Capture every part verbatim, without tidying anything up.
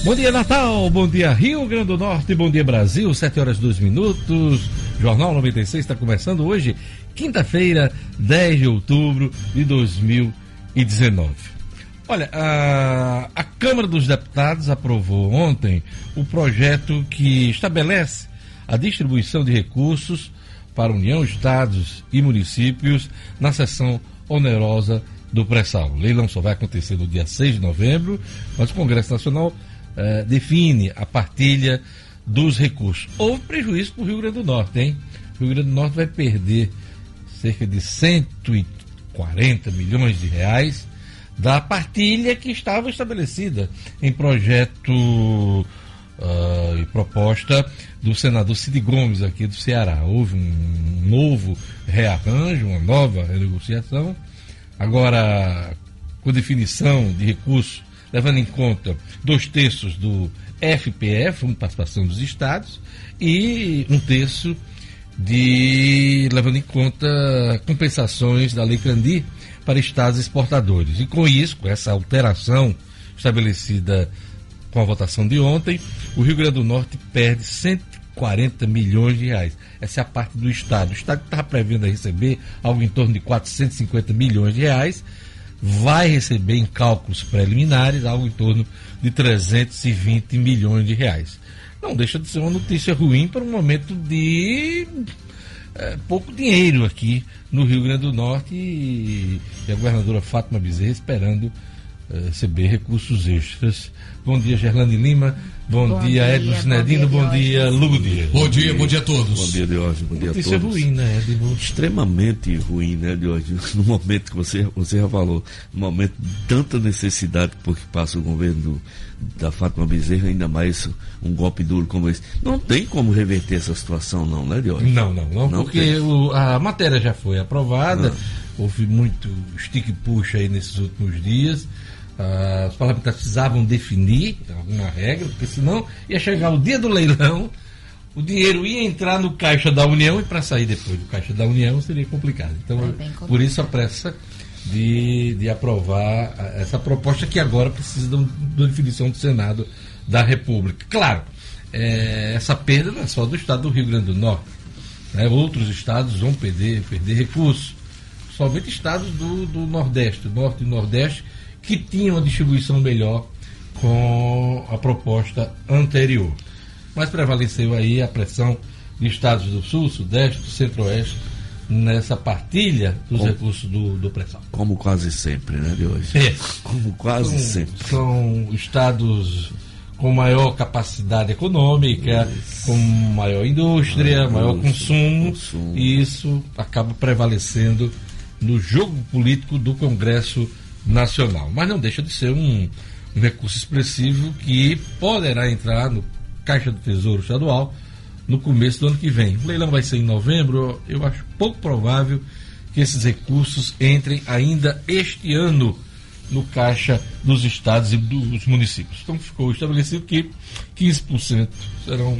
Bom dia, Natal, bom dia, Rio Grande do Norte, bom dia, Brasil, sete horas e dois minutos. Jornal noventa e seis está começando hoje, quinta-feira, dez de outubro de dois mil e dezenove. Olha, a, a Câmara dos Deputados aprovou ontem o projeto que estabelece a distribuição de recursos para a União, estados e municípios na sessão onerosa do pré-sal. O leilão só vai acontecer no dia seis de novembro, mas o Congresso Nacional Uh, define a partilha dos recursos. Houve prejuízo para o Rio Grande do Norte, hein? O Rio Grande do Norte vai perder cerca de cento e quarenta milhões de reais da partilha que estava estabelecida em projeto uh, e proposta do senador Cid Gomes aqui do Ceará. Houve um novo rearranjo, uma nova renegociação. Agora, com definição de recursos levando em conta dois terços do F P F, Fundo de Participação dos Estados, e um terço de, levando em conta compensações da Lei Candir para estados exportadores. E com isso, com essa alteração estabelecida com a votação de ontem, o Rio Grande do Norte perde cento e quarenta milhões de reais. Essa é a parte do Estado. O Estado está prevendo a receber algo em torno de quatrocentos e cinquenta milhões de reais, vai receber em cálculos preliminares algo em torno de trezentos e vinte milhões de reais. Não deixa de ser uma notícia ruim para um momento de é, pouco dinheiro aqui no Rio Grande do Norte e, e a governadora Fátima Bezerra esperando é, receber recursos extras. Bom dia, Gerlane Lima. Bom, bom dia, dia Edson Cinedino. Bom dia, Lugo Dias. Bom dia, bom dia a todos. Bom dia, Diógenes. Bom dia a todos. Notícia ruim, né, Edson? Extremamente ruim, né, Diógenes? No momento que você, você já falou, no momento de tanta necessidade porque passa o governo do, da Fátima Bezerra, ainda mais um golpe duro como esse. Não tem como reverter essa situação, não, né, Diógenes? Não, não, não, não porque o, a matéria já foi aprovada, não. Houve muito estica e puxa aí nesses últimos dias. Uh, os parlamentares precisavam definir alguma regra, porque senão ia chegar o dia do leilão, o dinheiro ia entrar no Caixa da União e para sair depois do Caixa da União seria complicado. Então, é complicado. Por isso a pressa de, de aprovar essa proposta que agora precisa da definição do Senado da República. Claro, é, essa perda não é só do estado do Rio Grande do Norte, né? Outros estados vão perder, perder recursos, somente estados do, do Nordeste, Norte e Nordeste, que tinham uma distribuição melhor com a proposta anterior. Mas prevaleceu aí a pressão de estados do Sul, Sudeste, do Centro-Oeste, nessa partilha dos como, recursos do, do pré-sal. Como quase sempre, né, de hoje? É. Como quase são, sempre. São estados com maior capacidade econômica, isso. Com maior indústria, ah, maior consumo, consumo, e isso acaba prevalecendo no jogo político do Congresso Nacional, mas não deixa de ser um, um recurso expressivo que poderá entrar no Caixa do Tesouro Estadual no começo do ano que vem. O leilão vai ser em novembro, eu acho pouco provável que esses recursos entrem ainda este ano no Caixa dos estados e dos municípios. Então ficou estabelecido que quinze por cento serão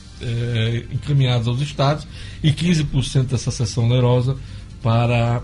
é, encaminhados aos estados e quinze por cento dessa seção onerosa para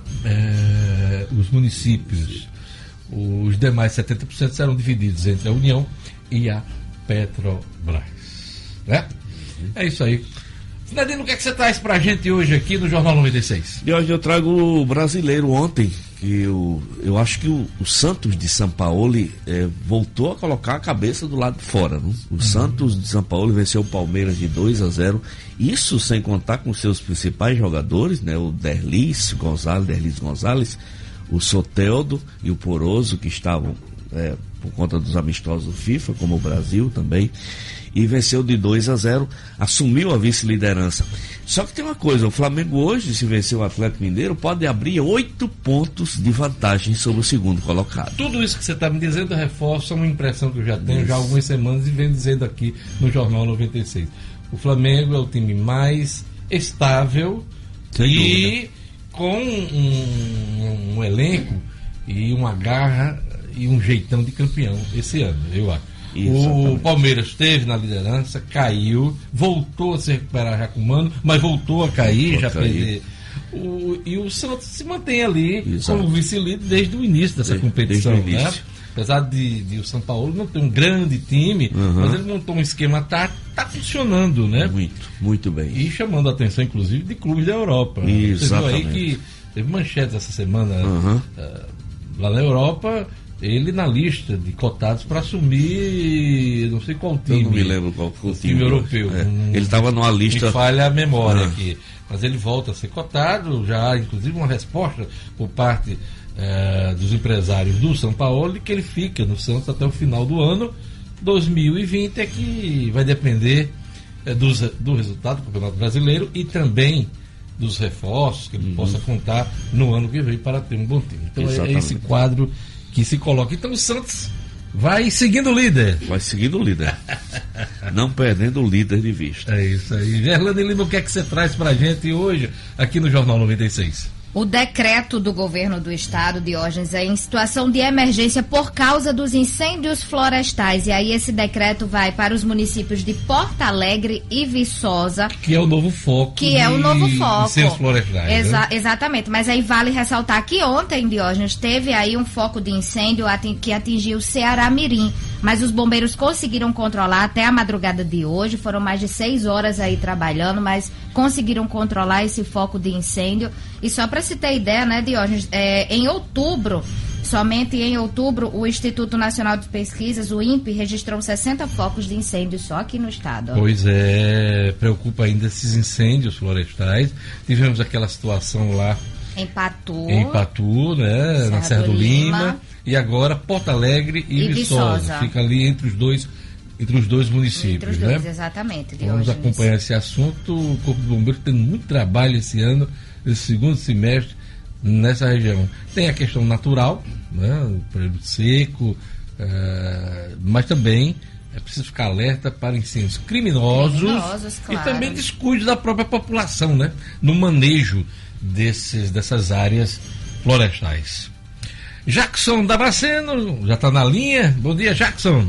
é, os municípios. Os demais setenta por cento serão divididos entre a União e a Petrobras. Né? Uhum. É isso aí. Cinedino, o que é que você traz pra gente hoje aqui no Jornal noventa e seis? E hoje eu trago o brasileiro ontem, que eu, eu acho que o, o Santos de São Paulo é, voltou a colocar a cabeça do lado de fora. Né? O uhum. Santos de São Paulo venceu o Palmeiras de dois a zero. Isso sem contar com seus principais jogadores, né? O Derlis Gonzalez, Derlis Gonzalez, o Soteldo e o Poroso, que estavam é, por conta dos amistosos do FIFA, como o Brasil também, e venceu de dois a zero, assumiu a vice-liderança. Só que tem uma coisa, o Flamengo hoje, se vencer o Atlético Mineiro, pode abrir oito pontos de vantagem sobre o segundo colocado. Tudo isso que você está me dizendo reforça uma impressão que eu já tenho isso. já há algumas semanas e venho dizendo aqui no Jornal noventa e seis. O Flamengo é o time mais estável Sem e dúvida. com um, um elenco e uma garra e um jeitão de campeão esse ano, eu acho. Exatamente. O Palmeiras esteve na liderança, caiu, voltou a se recuperar já com o Mano, mas voltou a cair, voltou já a perder. O, e o Santos se mantém ali Exato. como vice-líder desde o início dessa desde, competição. Desde o início. Né? apesar de, de o São Paulo não ter um grande time, uhum. mas ele montou um esquema, tá, tá funcionando, né? Muito, muito bem. E chamando a atenção, inclusive, de clubes da Europa. Exatamente. Você viu aí que teve manchetes essa semana uhum. uh, lá na Europa, ele na lista de cotados para assumir, não sei qual time. Eu não me lembro qual foi o time, time europeu. É. Um, ele estava numa lista. Me falha a memória uhum. aqui. Mas ele volta a ser cotado, já há inclusive uma resposta por parte eh, dos empresários do São Paulo, que ele fica no Santos até o final do ano. dois mil e vinte é que vai depender eh, dos, do resultado do Campeonato Brasileiro e também dos reforços que ele uhum. possa contar no ano que vem para ter um bom time. Então é, é esse quadro que se coloca. Então o Santos vai seguindo o líder. Vai seguindo o líder. Não perdendo o líder de vista. É isso aí. Gerlane Lima, o que é que você traz pra gente hoje aqui no Jornal noventa e seis? O decreto do governo do estado, Diógenes, é em situação de emergência por causa dos incêndios florestais. E aí esse decreto vai para os municípios de Porto Alegre e Viçosa. Que é o novo foco. Que é o novo foco. Incêndios florestais. Exa- né? Exatamente. Mas aí vale ressaltar que ontem, Diógenes, teve aí um foco de incêndio que atingiu Ceará-Mirim. Mas os bombeiros conseguiram controlar até a madrugada de hoje. Foram mais de seis horas aí trabalhando, mas conseguiram controlar esse foco de incêndio. E só para se ter ideia, né, Diógenes, é, em outubro, somente em outubro, o Instituto Nacional de Pesquisas, o INPE, registrou sessenta focos de incêndio só aqui no estado. Ó. Pois é, preocupa ainda esses incêndios florestais. Tivemos aquela situação lá em Patu, em Patu, né, Serra na Serra do, do Lima. Lima. E agora Porto Alegre e, e Viçosa. Viçosa. Fica ali entre os dois, entre os dois municípios. Entre os dois, né? Exatamente. Vamos acompanhar esse assunto. O Corpo de Bombeiros tem muito trabalho esse ano, esse segundo semestre, nessa região. Tem a questão natural, né? O período seco, uh, mas também é preciso ficar alerta para incêndios criminosos, criminosos claro. E também descuido da própria população, né? No manejo desses, dessas áreas florestais. Jackson Damasceno, já está na linha. Bom dia, Jackson.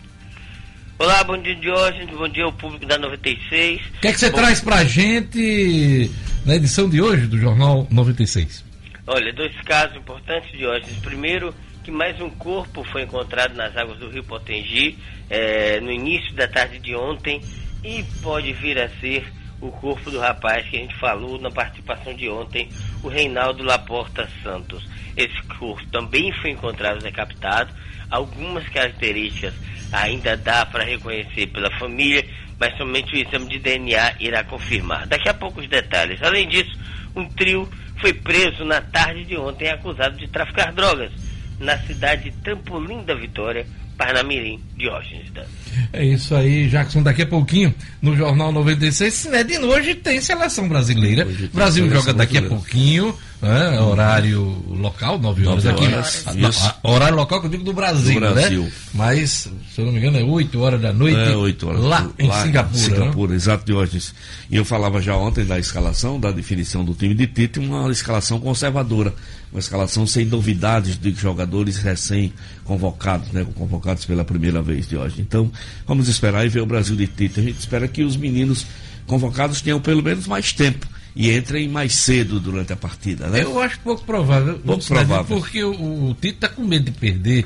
Olá, bom dia, Diógenes. Bom dia ao público da noventa e seis. O que é que você bom... traz pra gente na edição de hoje do Jornal noventa e seis? Olha, dois casos importantes, Diógenes. Primeiro, que mais um corpo foi encontrado nas águas do Rio Potengi é, no início da tarde de ontem e pode vir a ser o corpo do rapaz que a gente falou na participação de ontem, o Reinaldo Laporta Santos. Esse corpo também foi encontrado decapitado. Algumas características ainda dá para reconhecer pela família, mas somente o exame de D N A irá confirmar. Daqui a pouco os detalhes. Além disso, um trio foi preso na tarde de ontem acusado de traficar drogas na cidade de Trampolim da Vitória, Parnamirim, Diógenes. É isso aí, Jackson. Daqui a pouquinho, no Jornal noventa e seis, Cinedin, hoje tem seleção brasileira. O Brasil joga daqui a pouquinho, né, horário local, nove horas aqui. Horas, horário local que eu digo do Brasil, do Brasil, né? Mas, se eu não me engano, é oito horas da noite. É, oito horas. Lá em lá Singapura. Em Singapura, né? Exato, Diógenes. E eu falava já ontem da escalação, da definição do time de Tite, uma escalação conservadora. Uma escalação sem novidades de jogadores recém-convocados, né? Convocados pela primeira vez de hoje. Então, vamos esperar e ver o Brasil de Tite. A gente espera que os meninos convocados tenham pelo menos mais tempo e entrem mais cedo durante a partida, né? Eu acho pouco provável. Pouco provável. Porque o, o Tite está com medo de perder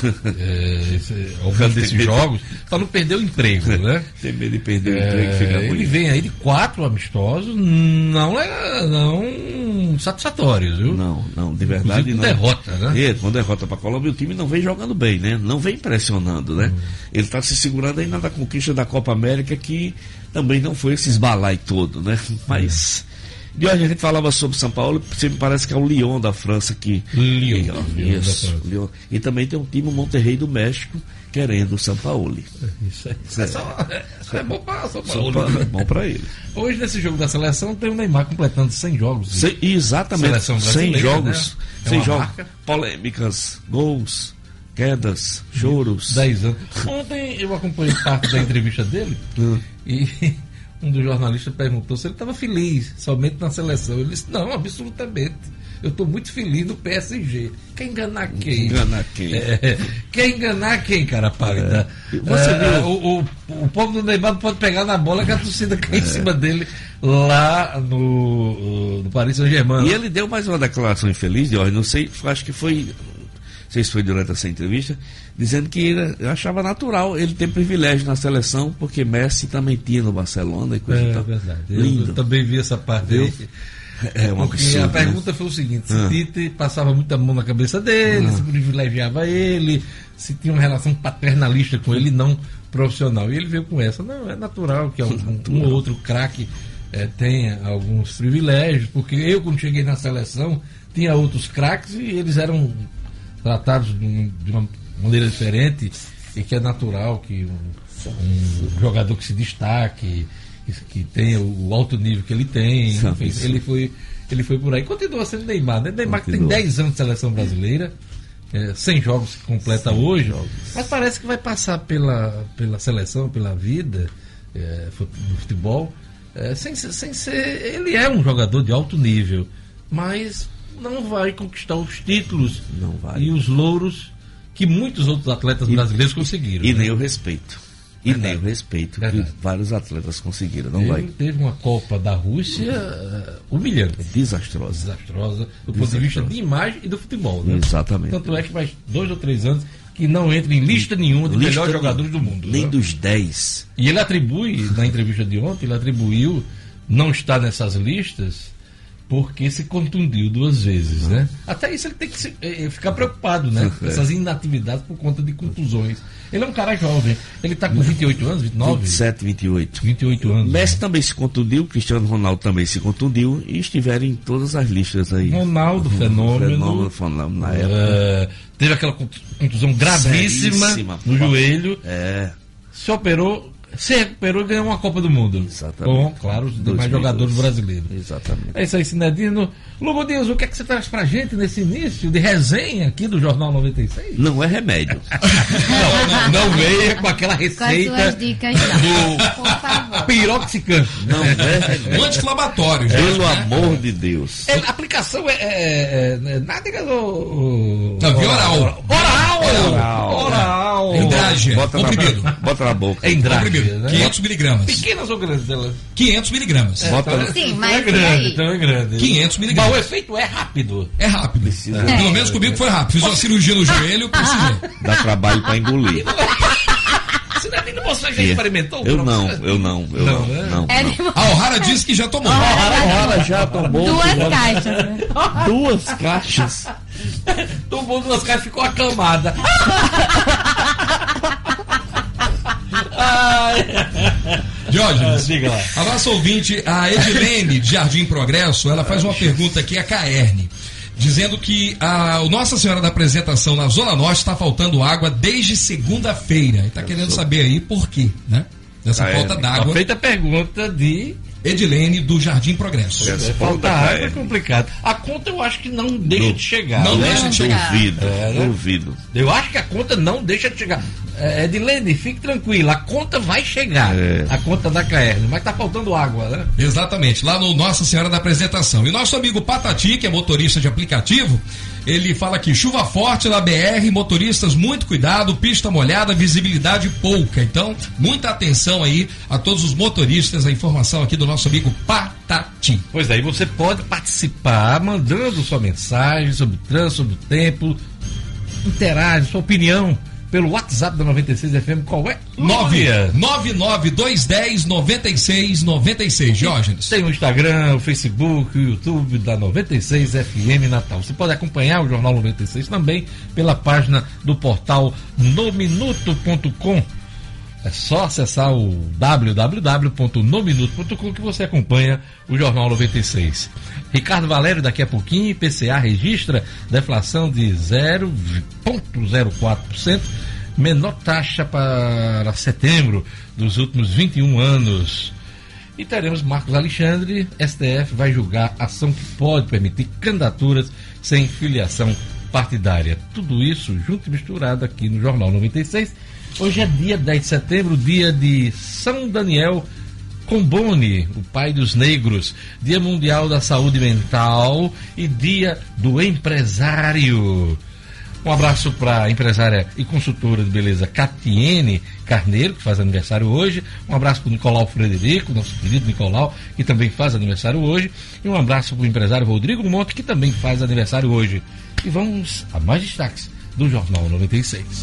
é, esse, algum desses jogos, para não perder o emprego, né? Tem medo de perder é, o emprego, fica ruim. Ele vem aí de quatro amistosos, não, é, não satisfatórios, viu? Não, não, de verdade Inclusive, não. derrota, né? É, quando derrota para a Colômbia, o time não vem jogando bem, né? Não vem pressionando, né? Hum. Ele está se segurando ainda da conquista da Copa América, que também não foi esse esbalai todo, né? Mas... Hum. E hoje a gente falava sobre São Paulo, sempre parece que é o Lyon da França que... Lyon. Lyon, isso, Lyon. E também tem um time, o Monterrey do México, querendo o São Paulo. Isso é, isso é, só, isso é bom para São Paulo. Pra, bom para ele. Hoje, nesse jogo da seleção, tem o Neymar completando cem jogos. Cem, exatamente, cem jogos. Né? É cem jogos, marca. Polêmicas, gols, quedas, choros. dez anos. Ontem eu acompanhei parte da entrevista dele hum. e... Um dos jornalistas perguntou se ele estava feliz somente na seleção. Ele disse, não, absolutamente. Eu estou muito feliz no P S G. Quer enganar quem? Enganar quem? É, quer enganar quem, cara pálida? É. Você é, viu? O, o, o povo do Neymar não pode pegar na bola que a torcida cai é. em cima dele lá no, no Paris Saint-Germain. E ele deu mais uma declaração infeliz, de hoje, não sei, acho que foi... sei se foi durante essa entrevista, dizendo que ele, eu achava natural ele ter privilégio na seleção, porque Messi também tinha no Barcelona e coisa É e tal. verdade. Lindo. Eu, eu também vi essa parte Eu- aí. É um Porque absurdo. a pergunta né? foi o seguinte: se Ah. Tite passava muita mão na cabeça dele, Ah. se privilegiava ele, se tinha uma relação paternalista com ele, não profissional. E ele veio com essa. Não, é natural que algum, um ou outro craque eh, tenha alguns privilégios, porque eu, quando cheguei na seleção, tinha outros craques e eles eram tratados de, de uma maneira diferente, e que é natural que um, um jogador que se destaque, que, que tenha o alto nível que ele tem, Sabe enfim, isso. ele foi, ele foi por aí. Continua sendo Neymar, né? Neymar que tem Continua. dez anos de seleção brasileira, é, cem jogos que completa hoje, jogos. mas parece que vai passar pela, pela seleção, pela vida é, fut- do futebol, é, sem, ser- sem ser. Ele é um jogador de alto nível, mas não vai conquistar os títulos Não vai. e os louros que muitos outros atletas E- brasileiros conseguiram. E né? nem o respeito. E Verdade. nem o respeito Verdade. que vários atletas conseguiram. Não Ele vai. teve uma Copa da Rússia eh, humilhante, Desastrosa. desastrosa, do ponto de vista Desastrosa. de imagem e do futebol. Né? Exatamente. Tanto é que faz dois ou três anos que não entra em lista nenhuma de Lista melhores de- jogadores do mundo. Nem né? dos dez. E ele atribui, na entrevista de ontem, ele atribuiu não estar nessas listas porque se contundiu duas vezes, né? Até isso ele tem que se- eh, ficar preocupado, né? É. Essas inatividades por conta de contusões. Ele é um cara jovem, ele está com vinte e oito anos, vinte e nove? vinte e sete, vinte e oito. vinte e oito anos. Messi também se contundiu, Cristiano Ronaldo também se contundiu e estiveram em todas as listas aí. Ronaldo, fenômeno. Fenômeno, fenômeno na época. É, teve aquela cont- contusão gravíssima Seríssima. no joelho, É, se operou, se recuperou e ganhou uma Copa do Mundo. Exatamente. Com, claro, os demais dois mil e doze. jogadores brasileiros. Exatamente. É isso aí, Cinedino. Lugo Dias, o que é que você traz pra gente nesse início de resenha aqui do Jornal noventa e seis? Não é remédio. Não, não, não veio com aquela Com as receita suas dicas, não. Por favor. piroxicam. Não é remédio. Um anti-inflamatório, gente. Pelo né? amor de Deus. É, a aplicação é, é, é, é nádega ou... Não, via oral. Oral! Oral. Oral! Hidrágea, Bota comprimido. na, bota na boca. É hidrágea, Comprimido. né? quinhentos miligramas. Pequenas ou grandes elas? quinhentos miligramas. Bota na- Sim, Então mas é e grande, aí? então é grande. quinhentos Mas miligramas. o efeito é rápido. É rápido. Precisa. Pelo menos comigo foi rápido. Fiz uma cirurgia no joelho, precisei. Dá trabalho pra engolir. Cinedino, você já É. experimentou? Eu não, eu não, eu Não, não. né? Não, É não. de- A O'Hara disse que já tomou. Ora, já tomou Duas caixas. né? duas caixas. Tomou duas caras e ficou acamada. Ai. Diógenes, Diga lá. a nossa ouvinte, a Edilene de Jardim Progresso, ela faz uma pergunta aqui a Caerne, dizendo que a o Nossa Senhora da Apresentação na Zona Norte está faltando água desde segunda-feira. E está querendo saber aí por quê, né? Dessa Caerne. falta Tá d'água. feita a pergunta de Edilene do Jardim Progresso. Essa é, falta falta água é Caerne. complicado. A conta eu acho que não deixa Não. de chegar. Não né? deixa de chegar. Duvido, É, né? duvido. Eu acho que a conta não deixa de chegar. É, Edilene, fique tranquila, a conta vai chegar. É. A conta da Caerne, mas tá faltando água, né? Exatamente, lá no Nossa Senhora da Apresentação. E nosso amigo Patati, que é motorista de aplicativo, ele fala aqui, chuva forte na B R, motoristas, muito cuidado, pista molhada, visibilidade pouca. Então, muita atenção aí a todos os motoristas, a informação aqui do nosso amigo Patati. Pois é, e você pode participar mandando sua mensagem sobre o trânsito, sobre o tempo, interage, sua opinião pelo WhatsApp da noventa e seis F M. Qual é? nove Lúria. nove nove dois um zero noventa e seis noventa e seis, Diógenes. Tem o Instagram, o Facebook, o YouTube da noventa e seis F M Natal. Você pode acompanhar o Jornal noventa e seis também pela página do portal nominuto ponto com. É só acessar o w w w ponto nominuto ponto com que você acompanha o Jornal noventa e seis. Ricardo Valério, daqui a pouquinho, I P C A registra deflação de zero vírgula zero quatro por cento, menor taxa para setembro dos últimos vinte e um anos. E teremos Marcos Alexandre, S T F vai julgar ação que pode permitir candidaturas sem filiação partidária. Tudo isso junto e misturado aqui no Jornal noventa e seis. Hoje é dia dez de setembro, dia de São Daniel Comboni, o pai dos negros, dia mundial da saúde mental e dia do empresário. Um abraço para a empresária e consultora de beleza Catiene Carneiro, que faz aniversário hoje. Um abraço para o Nicolau Frederico, nosso querido Nicolau, que também faz aniversário hoje. E um abraço para o empresário Rodrigo Monte, que também faz aniversário hoje. E vamos a mais destaques do Jornal noventa e seis.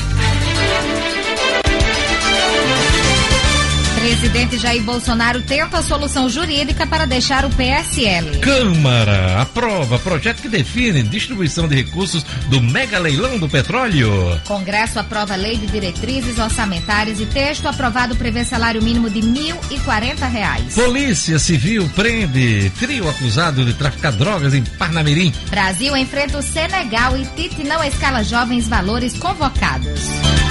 Presidente Jair Bolsonaro tenta solução jurídica para deixar o P S L. Câmara aprova projeto que define distribuição de recursos do mega leilão do petróleo. Congresso aprova lei de diretrizes orçamentárias e texto aprovado prevê salário mínimo de mil e quarenta reais. Polícia Civil prende trio acusado de traficar drogas em Parnamirim. Brasil enfrenta o Senegal e Tite não escala jovens valores convocados.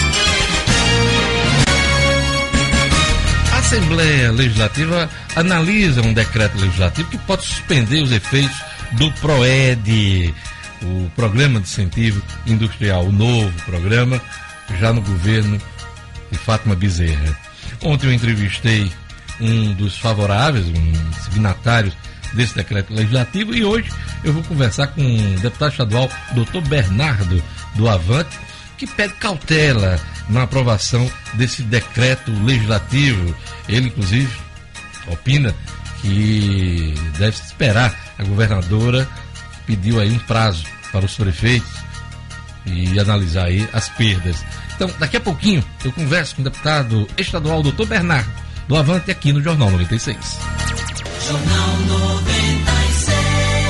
A Assembleia Legislativa analisa um decreto legislativo que pode suspender os efeitos do PROED, o Programa de Incentivo Industrial, o novo programa, já no governo de Fátima Bezerra. Ontem eu entrevistei um dos favoráveis, um dos signatários desse decreto legislativo, e hoje eu vou conversar com o deputado estadual doutor Bernardo do Avante, que pede cautela na aprovação desse decreto legislativo. Ele, inclusive, opina que deve esperar. A governadora pediu aí um prazo para os prefeitos e analisar aí as perdas. Então, daqui a pouquinho, eu converso com o deputado estadual doutor Bernardo do Avante aqui no Jornal noventa e seis. Jornal noventa e seis.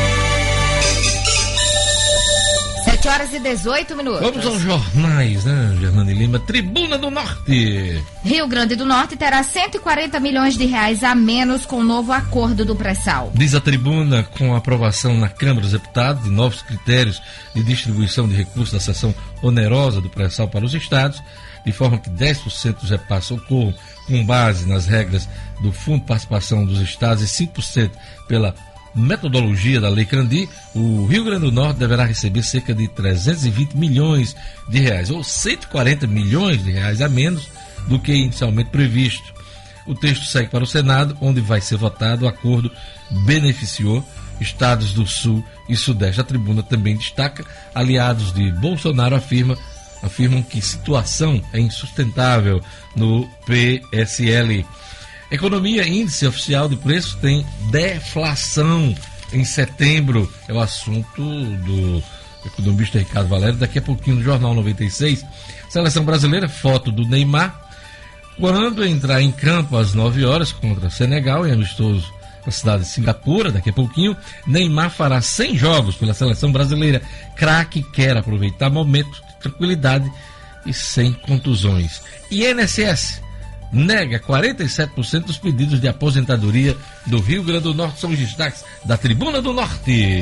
sete horas e dezoito minutos. Vamos aos jornais, né, Germane Lima? Tribuna do Norte. Rio Grande do Norte terá cento e quarenta milhões de reais a menos com o novo acordo do pré-sal. Diz a tribuna, com a aprovação na Câmara dos Deputados de novos critérios de distribuição de recursos da seção onerosa do pré-sal para os estados, de forma que dez por cento dos repasses ocorram com base nas regras do Fundo de Participação dos Estados e cinco por cento pela metodologia da Lei Candir, o Rio Grande do Norte deverá receber cerca de trezentos e vinte milhões de reais, ou cento e quarenta milhões de reais a menos do que inicialmente previsto. O texto segue para o Senado, onde vai ser votado. O acordo beneficiou estados do Sul e Sudeste. A tribuna também destaca: aliados de Bolsonaro afirma, afirmam que situação é insustentável no P S L. Economia, índice oficial de preços tem deflação em setembro. É o assunto do economista Ricardo Valério, daqui a pouquinho no Jornal noventa e seis. Seleção brasileira, foto do Neymar, quando entrar em campo às nove horas contra Senegal, em amistoso na cidade de Singapura, daqui a pouquinho. Neymar fará cem jogos pela seleção brasileira. Craque quer aproveitar momentos de tranquilidade e sem contusões. I N S S nega quarenta e sete por cento dos pedidos de aposentadoria do Rio Grande do Norte. São os destaques da Tribuna do Norte.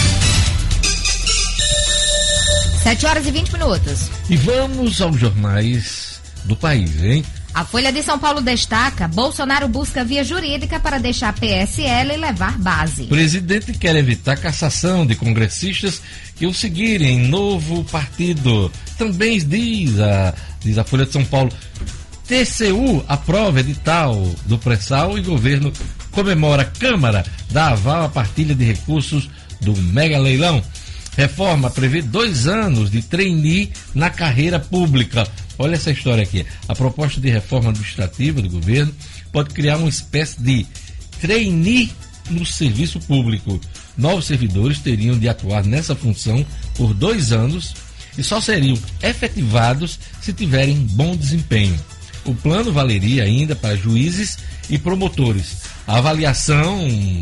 sete horas e vinte minutos. E vamos aos jornais do país, hein? A Folha de São Paulo destaca: Bolsonaro busca via jurídica para deixar P S L levar base. O presidente quer evitar cassação de congressistas que o seguirem em novo partido. Também diz a, diz a Folha de São Paulo: T C U aprova edital do pré-sal e governo comemora. Câmara dá aval à partilha de recursos do mega leilão. Reforma prevê dois anos de trainee na carreira pública. Olha essa história aqui. A proposta de reforma administrativa do governo pode criar uma espécie de trainee no serviço público. Novos servidores teriam de atuar nessa função por dois anos e só seriam efetivados se tiverem bom desempenho. O plano valeria ainda para juízes e promotores. A avaliação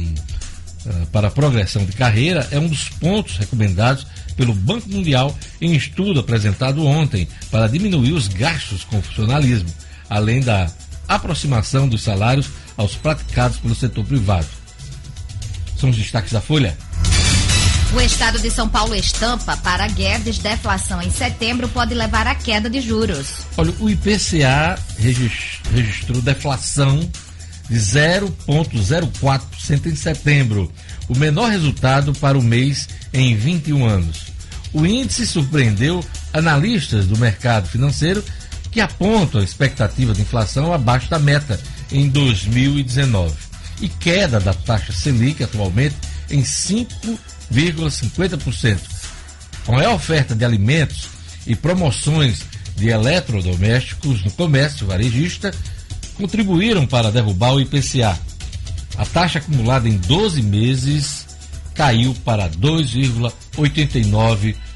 uh, para a progressão de carreira é um dos pontos recomendados pelo Banco Mundial em estudo apresentado ontem para diminuir os gastos com funcionalismo, além da aproximação dos salários aos praticados pelo setor privado. São os destaques da Folha. O estado de São Paulo estampa para Guedes: deflação em setembro pode levar à queda de juros. Olha, o I P C A registrou deflação de zero vírgula zero quatro por cento em setembro, o menor resultado para o mês em vinte e um anos. O índice surpreendeu analistas do mercado financeiro, que apontam a expectativa de inflação abaixo da meta em dois mil e dezenove e queda da taxa Selic atualmente em cinco vírgula cinquenta por cento. Com a oferta de alimentos e promoções de eletrodomésticos no comércio varejista, contribuíram para derrubar o I P C A. A taxa acumulada em doze meses caiu para dois vírgula oitenta e nove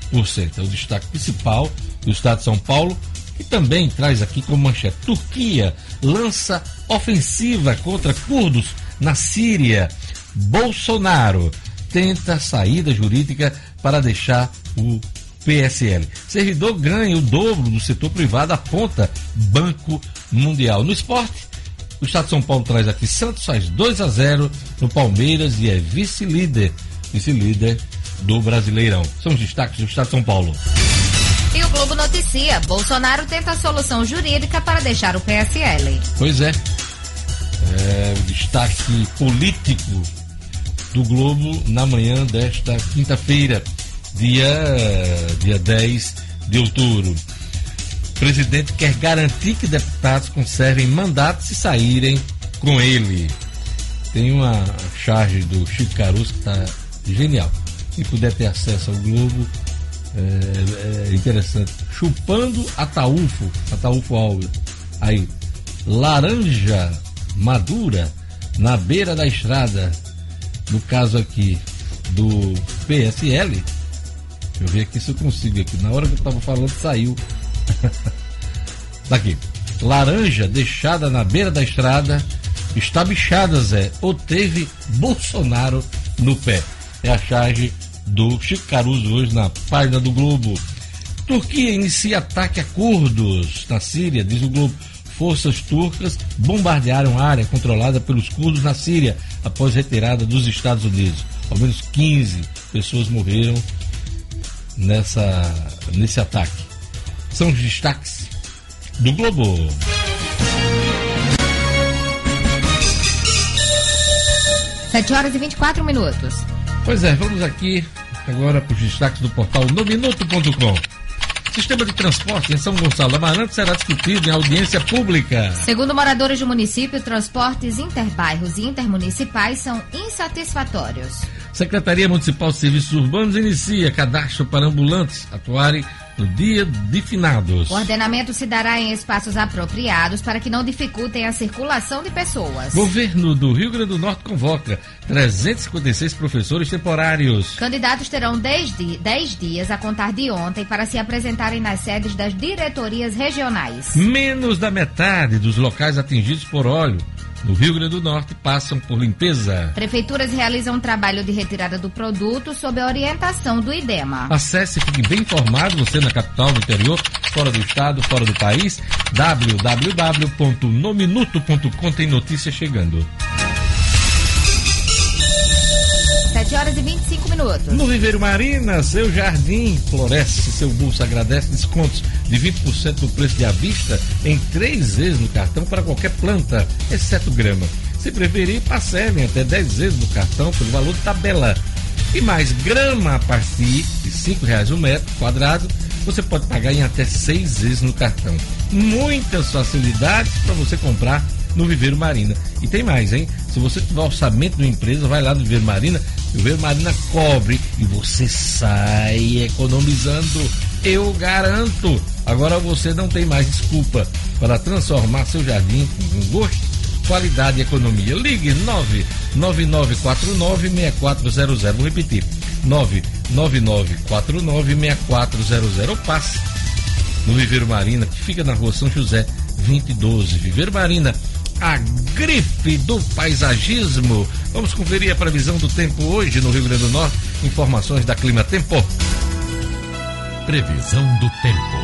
por cento. É o destaque principal do estado de São Paulo, que também traz aqui como manchete: Turquia lança ofensiva contra curdos na Síria. Bolsonaro tenta saída jurídica para deixar o P S L. Servidor ganha o dobro do setor privado, aponta Banco Mundial. No esporte, o estado de São Paulo traz aqui: Santos faz dois a zero no Palmeiras e é vice-líder, vice-líder do Brasileirão. São os destaques do estado de São Paulo. E o Globo noticia: Bolsonaro tenta solução jurídica para deixar o P S L. Pois é. É o destaque político do Globo na manhã desta quinta-feira, dia, dia dez de outubro. O presidente quer garantir que deputados conservem mandatos e saírem com ele. Tem uma charge do Chico Caruso que está genial. Se puder ter acesso ao Globo, é, é interessante. Chupando Ataúfo, Ataúfo Alves. Aí, laranja madura na beira da estrada. No caso aqui do P S L, deixa eu ver aqui se eu consigo aqui. Na hora que eu estava falando, saiu. Daqui. Laranja deixada na beira da estrada está bichada, Zé. Ou teve Bolsonaro no pé. É a charge do Chico Caruso hoje na página do Globo. Turquia inicia ataque a curdos na Síria, diz o Globo. Forças turcas bombardearam a área controlada pelos curdos na Síria após retirada dos Estados Unidos. Ao menos quinze pessoas morreram nessa, nesse ataque. São os destaques do Globo. sete horas e vinte e quatro minutos. Pois é, vamos aqui agora para os destaques do portal no minuto ponto com. Sistema de transporte em São Gonçalo do Amarante será discutido em audiência pública. Segundo moradores do município, transportes interbairros e intermunicipais são insatisfatórios. Secretaria Municipal de Serviços Urbanos inicia cadastro para ambulantes atuarem no dia de finados. O ordenamento se dará em espaços apropriados para que não dificultem a circulação de pessoas. Governo do Rio Grande do Norte convoca trezentos e cinquenta e seis professores temporários. Candidatos terão dez dias a contar de ontem para se apresentarem nas sedes das diretorias regionais. Menos da metade dos locais atingidos por óleo no Rio Grande do Norte passam por limpeza. Prefeituras realizam um trabalho de retirada do produto sob a orientação do IDEMA. Acesse e fique bem informado, você na capital, no interior, fora do estado, fora do país. w w w ponto no minuto ponto com tem notícia chegando. sete horas e vinte e cinco minutos. No Viveiro Marina, seu jardim floresce, seu bolso agradece. Descontos de vinte por cento do preço de à vista em três vezes no cartão para qualquer planta, exceto grama. Se preferir, parcelem até dez vezes no cartão pelo valor de tabela. E mais, grama a partir de cinco reais o metro quadrado, você pode pagar em até seis vezes no cartão. Muitas facilidades para você comprar no Viveiro Marina. E tem mais, hein? Se você tiver orçamento de uma empresa, vai lá no Viveiro Marina, o Viveiro Marina cobre e você sai economizando, eu garanto. Agora você não tem mais desculpa para transformar seu jardim com gosto, qualidade e economia. Ligue nove nove nove quatro nove seis quatro zero zero. Vou repetir, nove nove nove quatro nove seis quatro zero zero. Passe no Viveiro Marina, que fica na rua São José vinte e doze. Viveiro Marina, a grife do paisagismo. Vamos conferir a previsão do tempo hoje no Rio Grande do Norte. Informações da Clima Tempo. Previsão do tempo.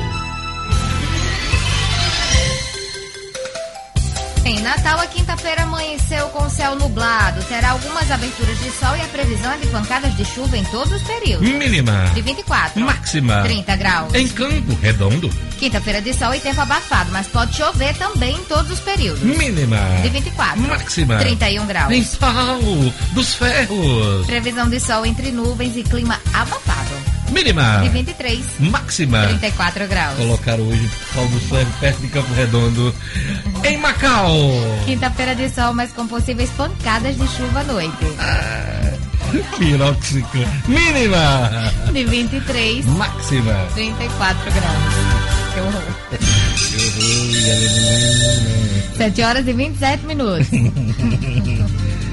Em Natal, a quinta-feira amanheceu com céu nublado. Terá algumas aberturas de sol e a previsão é de pancadas de chuva em todos os períodos. Mínima de vinte e quatro. Máxima trinta graus. Em Campo Redondo. Quinta-feira de sol e tempo abafado, mas pode chover também em todos os períodos. Mínima de vinte e quatro. Máxima trinta e um graus. Em Pau dos Ferros. Previsão de sol entre nuvens e clima abafado. Mínima de vinte e três. Máxima trinta e quatro graus. Colocaram hoje Pau dos Ferros perto de Campo Redondo. Em Macau. Quinta-feira de sol, mas com possíveis pancadas de chuva à noite. Ah, piróxico. Mínima de vinte e três. Máxima trinta e quatro graus. Que horror. Que horror, galerinha. sete horas e vinte e sete minutos.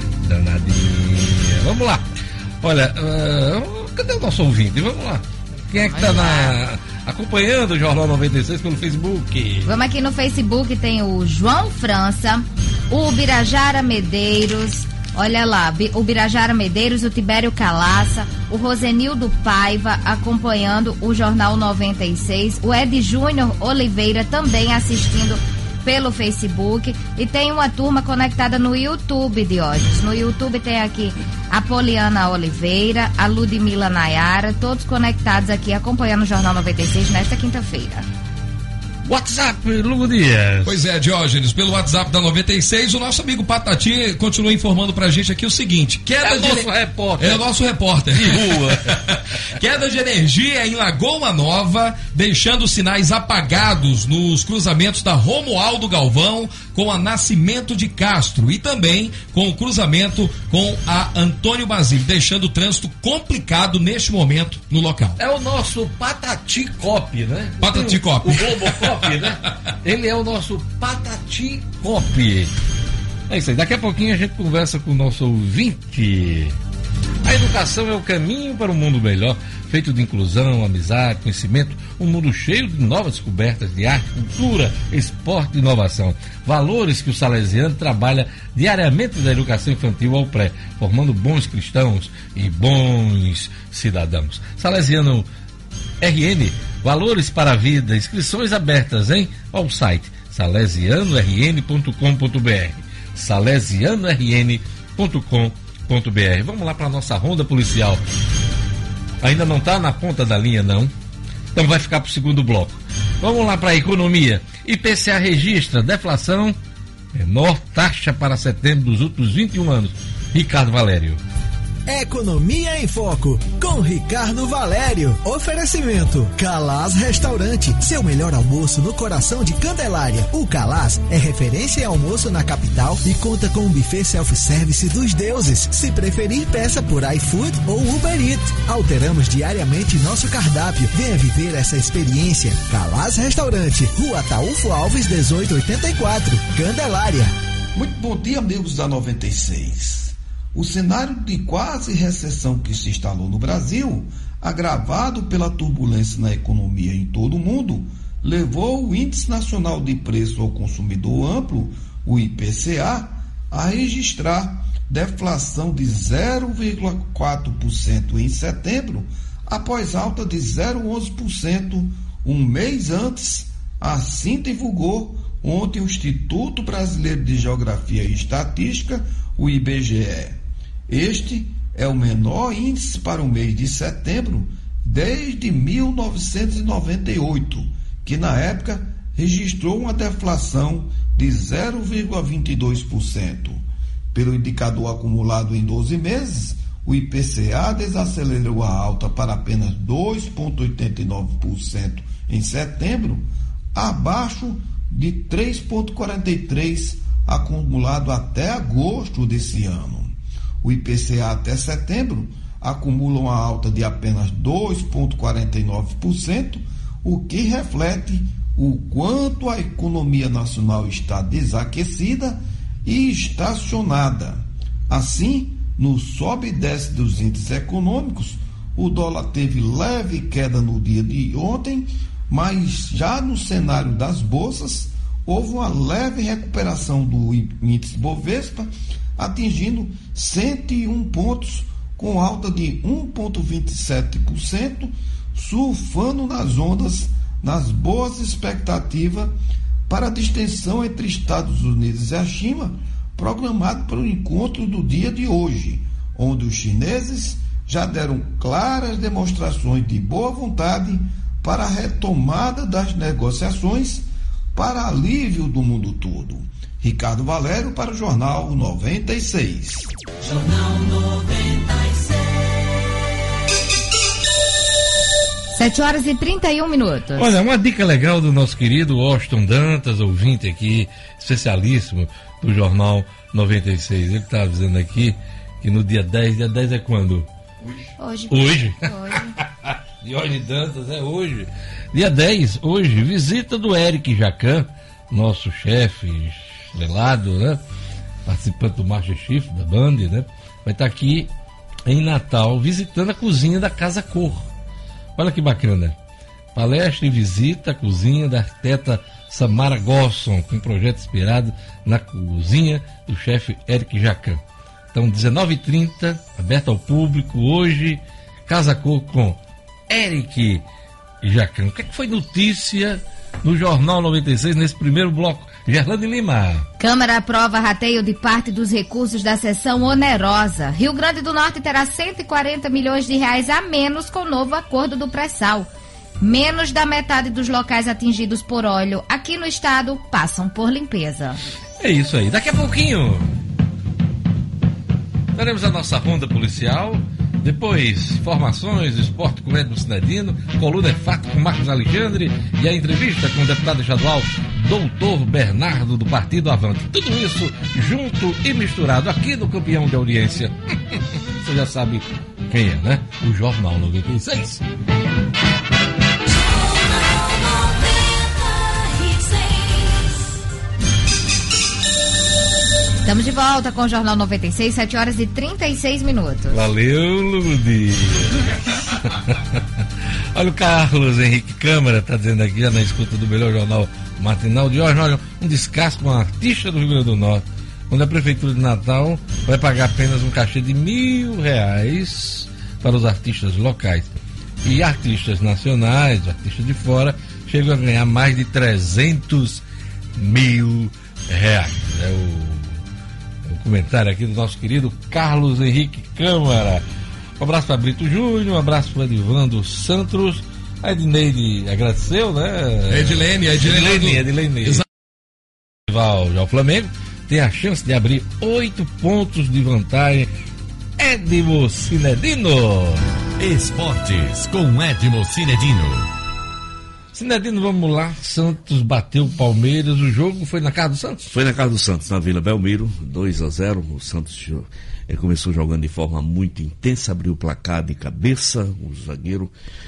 Danadinha. Vamos lá. Olha, uh, cadê o nosso ouvinte? Vamos lá. Quem é que está na... acompanhando o Jornal noventa e seis pelo Facebook? Vamos aqui no Facebook, tem o João França, o Birajara Medeiros, olha lá, o Birajara Medeiros, o Tibério Calaça, o Rosenildo Paiva acompanhando o Jornal noventa e seis, o Ed Júnior Oliveira também assistindo pelo Facebook, e tem uma turma conectada no YouTube, Diógenes. No YouTube tem aqui a Poliana Oliveira, a Ludmila Nayara, todos conectados aqui acompanhando o Jornal noventa e seis nesta quinta-feira. WhatsApp, Lugo Dias. Pois é, Diógenes, pelo WhatsApp da noventa e seis, o nosso amigo Patati continua informando pra gente aqui o seguinte: queda é o de nosso ener... repórter. É o nosso repórter. De rua. Queda de energia em Lagoa Nova, deixando sinais apagados nos cruzamentos da Romualdo Galvão com a Nascimento de Castro e também com o cruzamento com a Antônio Basílio, deixando o trânsito complicado neste momento no local. É o nosso Patati Cop, né? Patati Cop. O Globocop, né? Ele é o nosso Patati Cop. É isso aí, daqui a pouquinho a gente conversa com o nosso ouvinte. A educação é o caminho para um mundo melhor, feito de inclusão, amizade, conhecimento, um mundo cheio de novas descobertas de arte, cultura, esporte e inovação. Valores que o Salesiano trabalha diariamente da educação infantil ao pré, formando bons cristãos e bons cidadãos. Salesiano R N, valores para a vida, inscrições abertas, hein? Ao site salesiano r n ponto com ponto b r, salesiano r n ponto com ponto b r. Vamos lá para a nossa ronda policial. Ainda não está na ponta da linha, não. Então vai ficar para o segundo bloco. Vamos lá para a economia. I P C A registra deflação, menor taxa para setembro dos últimos vinte e um anos. Ricardo Valério. Economia em Foco, com Ricardo Valério. Oferecimento Calaz Restaurante, seu melhor almoço no coração de Candelária. O Calaz é referência em almoço na capital e conta com um buffet self-service dos deuses. Se preferir, peça por iFood ou Uber Eats. Alteramos diariamente nosso cardápio. Venha viver essa experiência. Calaz Restaurante, Rua Ataúfo Alves, dezoito oitenta e quatro, Candelária. Muito bom dia, amigos da noventa e seis. O cenário de quase recessão que se instalou no Brasil, agravado pela turbulência na economia em todo o mundo, levou o Índice Nacional de Preço ao Consumidor Amplo, o I P C A, a registrar deflação de zero vírgula quatro por cento em setembro, após alta de zero vírgula onze por cento um mês antes, assim divulgou ontem o Instituto Brasileiro de Geografia e Estatística, o I B G E. Este é o menor índice para o mês de setembro desde mil novecentos e noventa e oito, que na época registrou uma deflação de zero vírgula vinte e dois por cento. Pelo indicador acumulado em doze meses, o I P C A desacelerou a alta para apenas dois vírgula oitenta e nove por cento em setembro, abaixo de três vírgula quarenta e três por cento acumulado até agosto desse ano. O I P C A até setembro acumula uma alta de apenas dois vírgula quarenta e nove por cento, o que reflete o quanto a economia nacional está desaquecida e estacionada. Assim, no sobe e desce dos índices econômicos, o dólar teve leve queda no dia de ontem, mas já no cenário das bolsas, houve uma leve recuperação do índice Bovespa, atingindo cento e um pontos, com alta de um vírgula vinte e sete por cento, surfando nas ondas, nas boas expectativas para a distensão entre Estados Unidos e a China, programado para o encontro do dia de hoje, onde os chineses já deram claras demonstrações de boa vontade para a retomada das negociações para alívio do mundo todo. Ricardo Valério para o Jornal noventa e seis. Jornal noventa e seis. sete horas e trinta e um minutos. Olha, uma dica legal do nosso querido Austin Dantas, ouvinte aqui, especialíssimo do Jornal noventa e seis. Ele está dizendo aqui que no dia dez, dia dez é quando? Hoje. Hoje? Hoje. Diógenes Dantas é hoje. Dia dez, hoje, visita do Eric Jacan, nosso chefe estrelado, né? Participante do Masterchef da Band, né? Vai estar aqui em Natal visitando a cozinha da Casa Cor. Olha que bacana. Palestra e visita à cozinha da arquiteta Samara Gosson, com um projeto inspirado na cozinha do chefe Eric Jacan. Então, dezenove e trinta, aberto ao público hoje, Casa Cor com Eric Jacan. O que é que foi notícia no Jornal noventa e seis nesse primeiro bloco? Gerlane Lima. Câmara aprova rateio de parte dos recursos da seção onerosa. Rio Grande do Norte terá cento e quarenta milhões de reais a menos com o novo acordo do pré-sal. Menos da metade dos locais atingidos por óleo aqui no estado passam por limpeza. É isso aí. Daqui a pouquinho teremos a nossa ronda policial. Depois, informações, esporte com Edmo Cinedino, coluna é fato com Marcos Alexandre e a entrevista com o deputado estadual Doutor Bernardo do Partido Avante. Tudo isso junto e misturado aqui no campeão de audiência. Você já sabe quem é, né? O Jornal noventa e seis. Estamos de volta com o Jornal noventa e seis, sete horas e trinta e seis minutos. Valeu, Ludi. Olha o Carlos Henrique Câmara, tá dizendo aqui, já na escuta do melhor jornal matinal de hoje, olha, um descaso com um artista do Rio Grande do Norte, onde a Prefeitura de Natal vai pagar apenas um cachê de mil reais para os artistas locais. E artistas nacionais, artistas de fora, chegam a ganhar mais de trezentos mil reais. É o comentário aqui do nosso querido Carlos Henrique Câmara. Um abraço para Brito Júnior, um abraço para Edivando Santos. A Edneide agradeceu, né? Edilene, a Edilene. Edilene, Edilene. Exato. Já o Flamengo tem a chance de abrir oito pontos de vantagem. Edmo Cinedino. Esportes com Edmo Cinedino. Cinedino, vamos lá. Santos bateu o Palmeiras. O jogo foi na casa do Santos? Foi na casa do Santos, na Vila Belmiro, dois a zero. O Santos ele começou jogando de forma muito intensa, abriu o placar de cabeça, o zagueiro,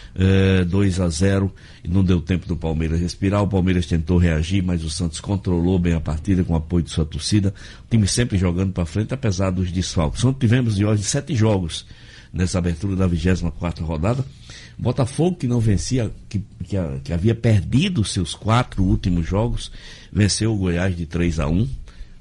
eh, dois a zero, e não deu tempo do Palmeiras respirar. O Palmeiras tentou reagir, mas o Santos controlou bem a partida com o apoio de sua torcida. O time sempre jogando para frente, apesar dos desfalques. Ontem tivemos de hoje sete jogos nessa abertura da vigésima quarta rodada. Botafogo, que não vencia, que, que, que havia perdido seus quatro últimos jogos, venceu o Goiás de três a um,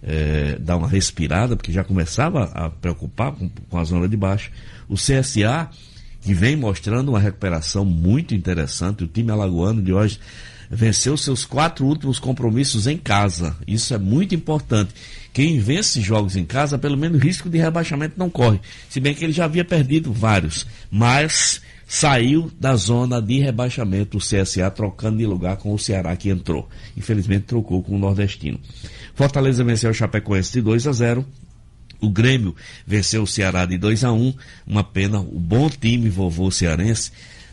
é, dá uma respirada, porque já começava a preocupar com, com a zona de baixo. O C S A, que vem mostrando uma recuperação muito interessante, o time alagoano de hoje venceu seus quatro últimos compromissos em casa. Isso é muito importante. Quem vence jogos em casa, pelo menos risco de rebaixamento não corre. Se bem que ele já havia perdido vários, mas saiu da zona de rebaixamento o C S A, trocando de lugar com o Ceará, que entrou. Infelizmente trocou com o Nordestino. Fortaleza venceu o Chapecoense de dois a zero. O Grêmio venceu o Ceará de dois a um. Uma pena, o bom time vovô cearense.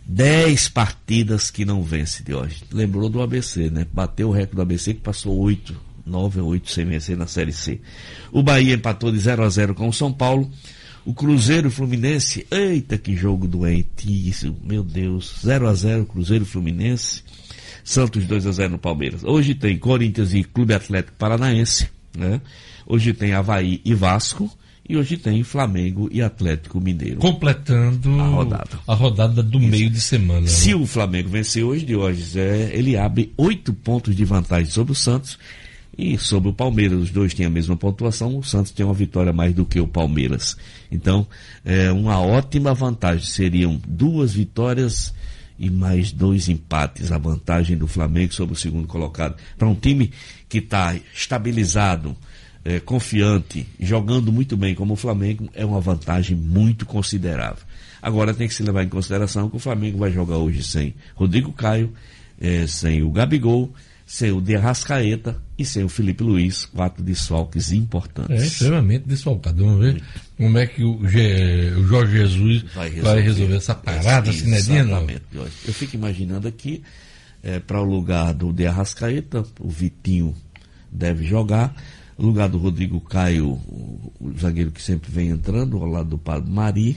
Dez partidas que não vence de hoje. Lembrou do A B C, né? Bateu o recorde do A B C, que passou oito, nove ou oito sem vencer na Série C. O Bahia empatou de zero a zero com o São Paulo. O Cruzeiro e Fluminense, eita que jogo doente, isso, meu Deus, zero a zero Cruzeiro e Fluminense. Santos dois a zero no Palmeiras. Hoje tem Corinthians e Clube Atlético Paranaense, né? Hoje tem Avaí e Vasco. E hoje tem Flamengo e Atlético Mineiro. Completando a rodada, a rodada do Isso. meio de semana. Se né? o Flamengo vencer hoje de hoje, é, ele abre oito pontos de vantagem sobre o Santos e sobre o Palmeiras. Os dois têm a mesma pontuação, o Santos tem uma vitória a mais do que o Palmeiras. Então, é uma ótima vantagem. Seriam duas vitórias e mais dois empates. A vantagem do Flamengo sobre o segundo colocado. Para um time que está estabilizado, É, confiante, jogando muito bem como o Flamengo, é uma vantagem muito considerável. Agora tem que se levar em consideração que o Flamengo vai jogar hoje sem Rodrigo Caio, é, sem o Gabigol, sem o De Arrascaeta e sem o Felipe Luiz, quatro desfalques importantes. É extremamente desfalcado. Vamos ver como é que o, G, o Jorge Jesus vai resolver, vai resolver essa parada, Cinedino. Eu fico imaginando aqui, é, para o lugar do De Arrascaeta, o Vitinho deve jogar. No lugar do Rodrigo Caio, o, o zagueiro que sempre vem entrando, ao lado do Padre Mari.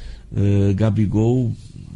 Uh, Gabigol,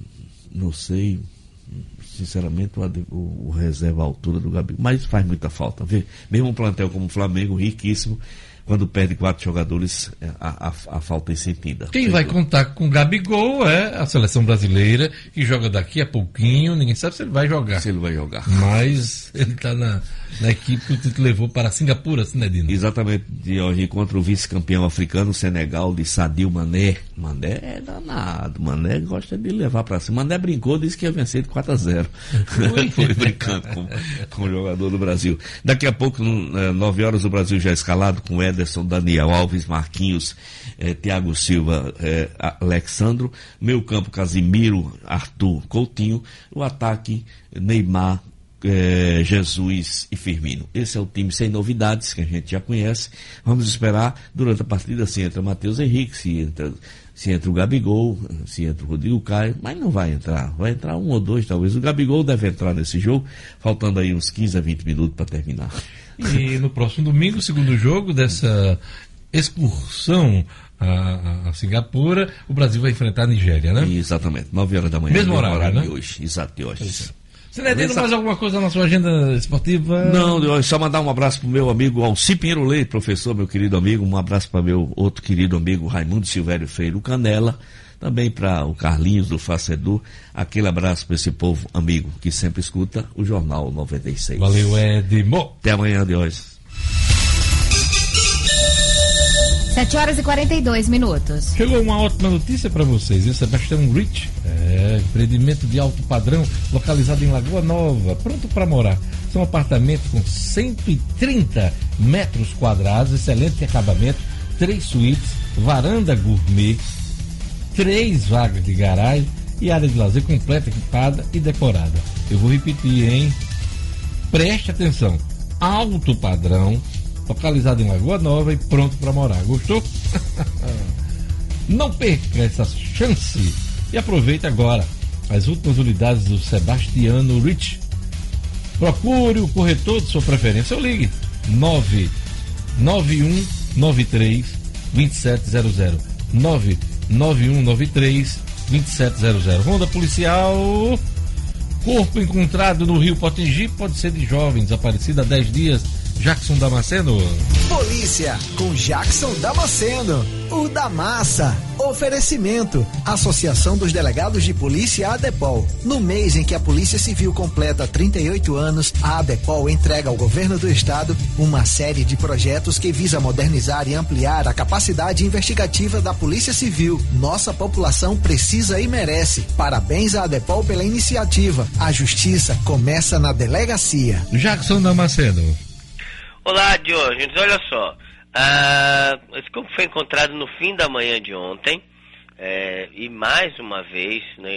não sei, sinceramente, o, o reserva à altura do Gabigol, mas faz muita falta. Vê? Mesmo um plantel como o Flamengo, riquíssimo, quando perde quatro jogadores, a, a, a falta é sentida. Quem vai contar com o Gabigol é a seleção brasileira, que joga daqui a pouquinho, ninguém sabe se ele vai jogar. Se ele vai jogar. Mas ele está na, na equipe que o Tite levou para Singapura, Sinedino. Exatamente, de hoje contra o vice-campeão africano, Senegal, de Sadio Mané. Mané é danado, Mané gosta de levar para cima. Mané brincou, disse que ia vencer de quatro a zero. Foi brincando com, com o jogador do Brasil. Daqui a pouco, nove horas, o Brasil já é escalado com Ederson, Daniel Alves, Marquinhos, eh, Thiago Silva, eh, Alexandro, meio campo Casimiro, Arthur, Coutinho, o ataque Neymar, eh, Jesus e Firmino. Esse é o time sem novidades, que a gente já conhece. Vamos esperar durante a partida se entra Matheus Henrique, se entra, se entra o Gabigol, se entra o Rodrigo Caio, mas não vai entrar, vai entrar um ou dois talvez. O Gabigol deve entrar nesse jogo, faltando aí uns quinze a vinte minutos para terminar. E no próximo domingo, segundo jogo dessa excursão a, a Singapura, o Brasil vai enfrentar a Nigéria, né? Exatamente, nove horas da manhã. Mesmo horário, horário né? de hoje, exato, de hoje. Sinedino, mais alguma coisa na sua agenda esportiva? Não, de hoje, só mandar um abraço pro meu amigo Alci Pinheiro Leite, professor, meu querido amigo, um abraço para meu outro querido amigo Raimundo Silvério Freire, o Canela, também para o Carlinhos do Facedu, aquele abraço para esse povo amigo que sempre escuta o Jornal noventa e seis. Valeu, Edmo. Até amanhã de hoje. sete horas e quarenta e dois minutos. Chegou uma ótima notícia para vocês, hein? Sebastião Rich, é, empreendimento de alto padrão, localizado em Lagoa Nova, pronto para morar. São apartamentos com cento e trinta metros quadrados, excelente acabamento, três suítes, varanda gourmet, três vagas de garagem e área de lazer completa, equipada e decorada. Eu vou repetir, hein? Preste atenção. Alto padrão, localizado em Lagoa Nova e pronto para morar. Gostou? Não perca essa chance e aproveite agora as últimas unidades do Sebastiano Rich. Procure o corretor de sua preferência ou ligue nove nove um nove três dois sete zero zero nove nove um nove três dois sete zero zero. Ronda policial. Corpo encontrado no Rio Potengi pode ser de jovem desaparecido há dez dias. Jackson Damasceno. Polícia com Jackson Damasceno, o da massa. Oferecimento: Associação dos Delegados de Polícia ADEPOL. No mês em que a Polícia Civil completa trinta e oito anos, a ADEPOL entrega ao Governo do Estado uma série de projetos que visa modernizar e ampliar a capacidade investigativa da Polícia Civil. Nossa população precisa e merece. Parabéns à ADEPOL pela iniciativa. A justiça começa na delegacia. Jackson Damasceno. Olá, Diógenes, olha só, ah, esse corpo foi encontrado no fim da manhã de ontem, é, e mais uma vez, né,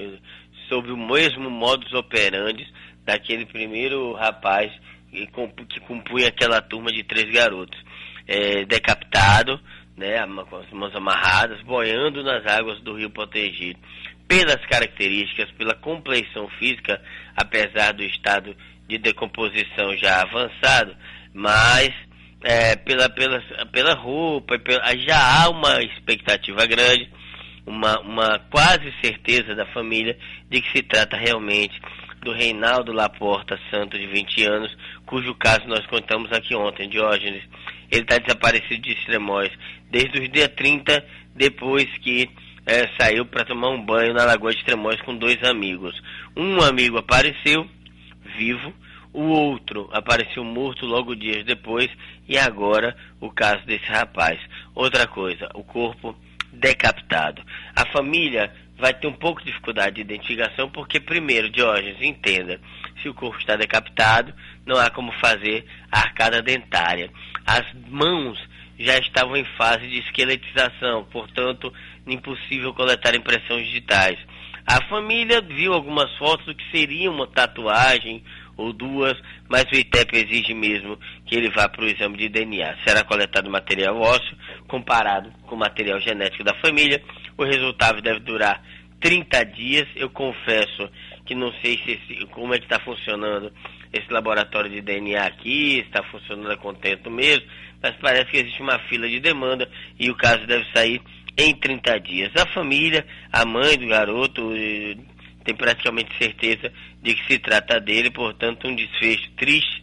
sob o mesmo modus operandi daquele primeiro rapaz que, que compunha aquela turma de três garotos, é, decapitado, né, com as mãos amarradas, boiando nas águas do Rio Potengi. Pelas características, pela compleição física, apesar do estado de decomposição já avançado, mas é, pela, pela, pela roupa, pela, já há uma expectativa grande, uma, uma quase certeza da família de que se trata realmente do Reinaldo Laporta Santos, de vinte anos, cujo caso nós contamos aqui ontem, Diógenes. Ele está desaparecido de Extremóis desde o dia trinta, depois que é, saiu para tomar um banho na Lagoa de Extremóis com dois amigos. Um amigo apareceu vivo, o outro apareceu morto logo dias depois, e agora o caso desse rapaz. Outra coisa, o corpo decapitado. A família vai ter um pouco de dificuldade de identificação, porque primeiro, Diógenes, entenda, se o corpo está decapitado, não há como fazer a arcada dentária. As mãos já estavam em fase de esqueletização, portanto, impossível coletar impressões digitais. A família viu algumas fotos do que seria uma tatuagem ou duas, mas o I T E P exige mesmo que ele vá para o exame de D N A. Será coletado material ósseo comparado com o material genético da família. O resultado deve durar trinta dias. Eu confesso que não sei se esse, como é que está funcionando esse laboratório de D N A aqui, está funcionando a contento mesmo, mas parece que existe uma fila de demanda e o caso deve sair em trinta dias. A família, a mãe do garoto, tem praticamente certeza de que se trata dele, portanto um desfecho triste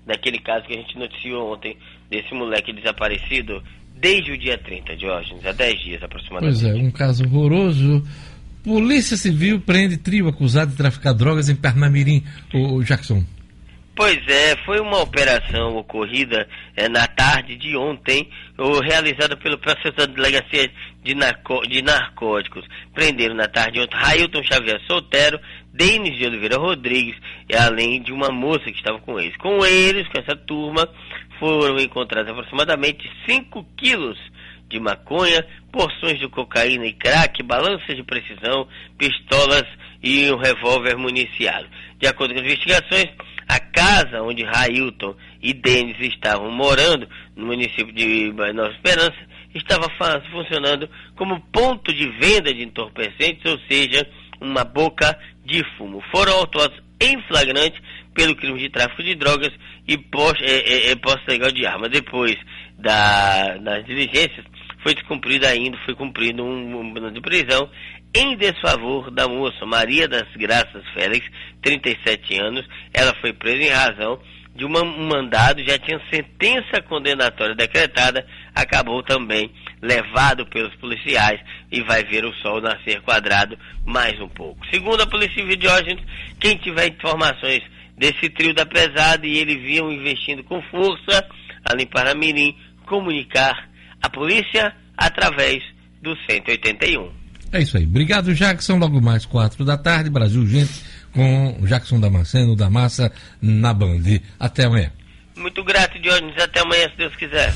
daquele caso que a gente noticiou ontem, desse moleque desaparecido desde o dia trinta, Diógenes, há dez dias aproximadamente. Pois é, um caso horroroso. Polícia Civil prende trio acusado de traficar drogas em Parnamirim, o Jackson. Pois é, foi uma operação ocorrida é, na tarde de ontem, ou, realizada pelo processo da Delegacia de, narco, de Narcóticos. Prenderam na tarde de ontem Railton Xavier Soltero, Denis de Oliveira Rodrigues, e além de uma moça que estava com eles. Com eles, com essa turma, foram encontrados aproximadamente cinco quilos de maconha, porções de cocaína e crack, balanças de precisão, pistolas e um revólver municiado. De acordo com as investigações, a casa onde Railton e Denis estavam morando, no município de Nova Esperança, estava funcionando como ponto de venda de entorpecentes, ou seja, uma boca de fumo. Foram autuados em flagrante pelo crime de tráfico de drogas e posse é, é, é, legal de arma. Depois da, das diligências, foi descumprido ainda, foi cumprido um, um plano de prisão em desfavor da moça Maria das Graças Félix, trinta e sete anos. Ela foi presa em razão de uma, um mandado, já tinha sentença condenatória decretada, acabou também levado pelos policiais e vai ver o sol nascer quadrado mais um pouco. Segundo a Polícia Civil, Diógenes, quem tiver informações desse trio da pesada e eles vinham investindo com força ali em Parnamirim, comunicar a polícia através do cento e oitenta e um. É isso aí. Obrigado, Jackson. Logo mais quatro da tarde, Brasil Gente, com Jackson Damasceno, da Massa, na Band. Até amanhã. Muito grato, Diógenes. Até amanhã, se Deus quiser.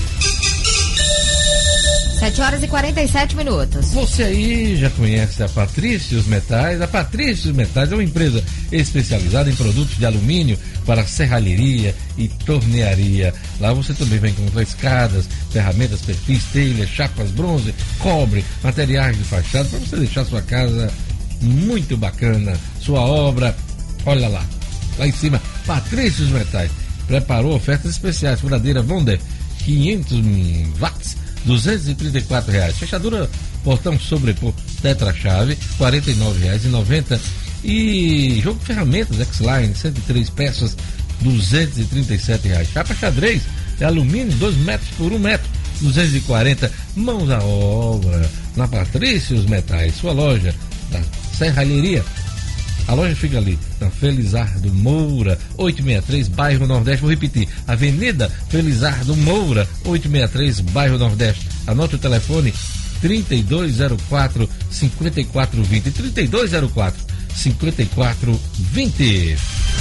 sete horas e quarenta e sete minutos. Você aí já conhece a Patrícios Metais? A Patrícios Metais é uma empresa especializada em produtos de alumínio para serralheria e tornearia. Lá você também vai encontrar escadas, ferramentas, perfis, telhas, chapas, bronze, cobre, materiais de fachada para você deixar sua casa muito bacana. Sua obra, olha lá, lá em cima, Patrícios Metais preparou ofertas especiais. Furadeira Wonder, quinhentos watts, duzentos e trinta e quatro reais. Fechadura portão sobrepor tetra-chave, quarenta e nove reais e noventa centavos. E jogo de ferramentas X-Line, cento e três peças, duzentos e trinta e sete reais. Chapa xadrez é alumínio, dois metros por um metro, duzentos e quarenta. Mãos à obra na Patrícios Metais, sua loja da serralheria. A loja fica ali, na Felizardo Moura, oitocentos e sessenta e três, bairro Nordeste. Vou repetir, Avenida Felizardo Moura, oitocentos e sessenta e três, bairro Nordeste. Anote o telefone, trinta e dois zero quatro, cinquenta e quatro vinte, trinta e dois zero quatro, cinquenta e quatro vinte.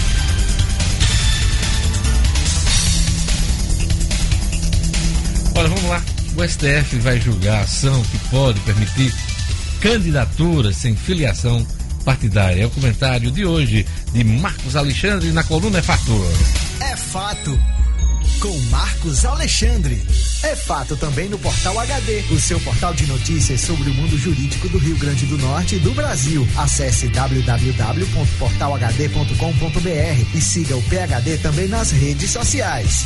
Olha, vamos lá. O S T F vai julgar a ação que pode permitir candidaturas sem filiação partidária. É o comentário de hoje de Marcos Alexandre na coluna É Fato. É Fato, com Marcos Alexandre. É Fato também no Portal H D, o seu portal de notícias sobre o mundo jurídico do Rio Grande do Norte e do Brasil. Acesse w w w ponto portal h d ponto com ponto b r e siga o P H D também nas redes sociais.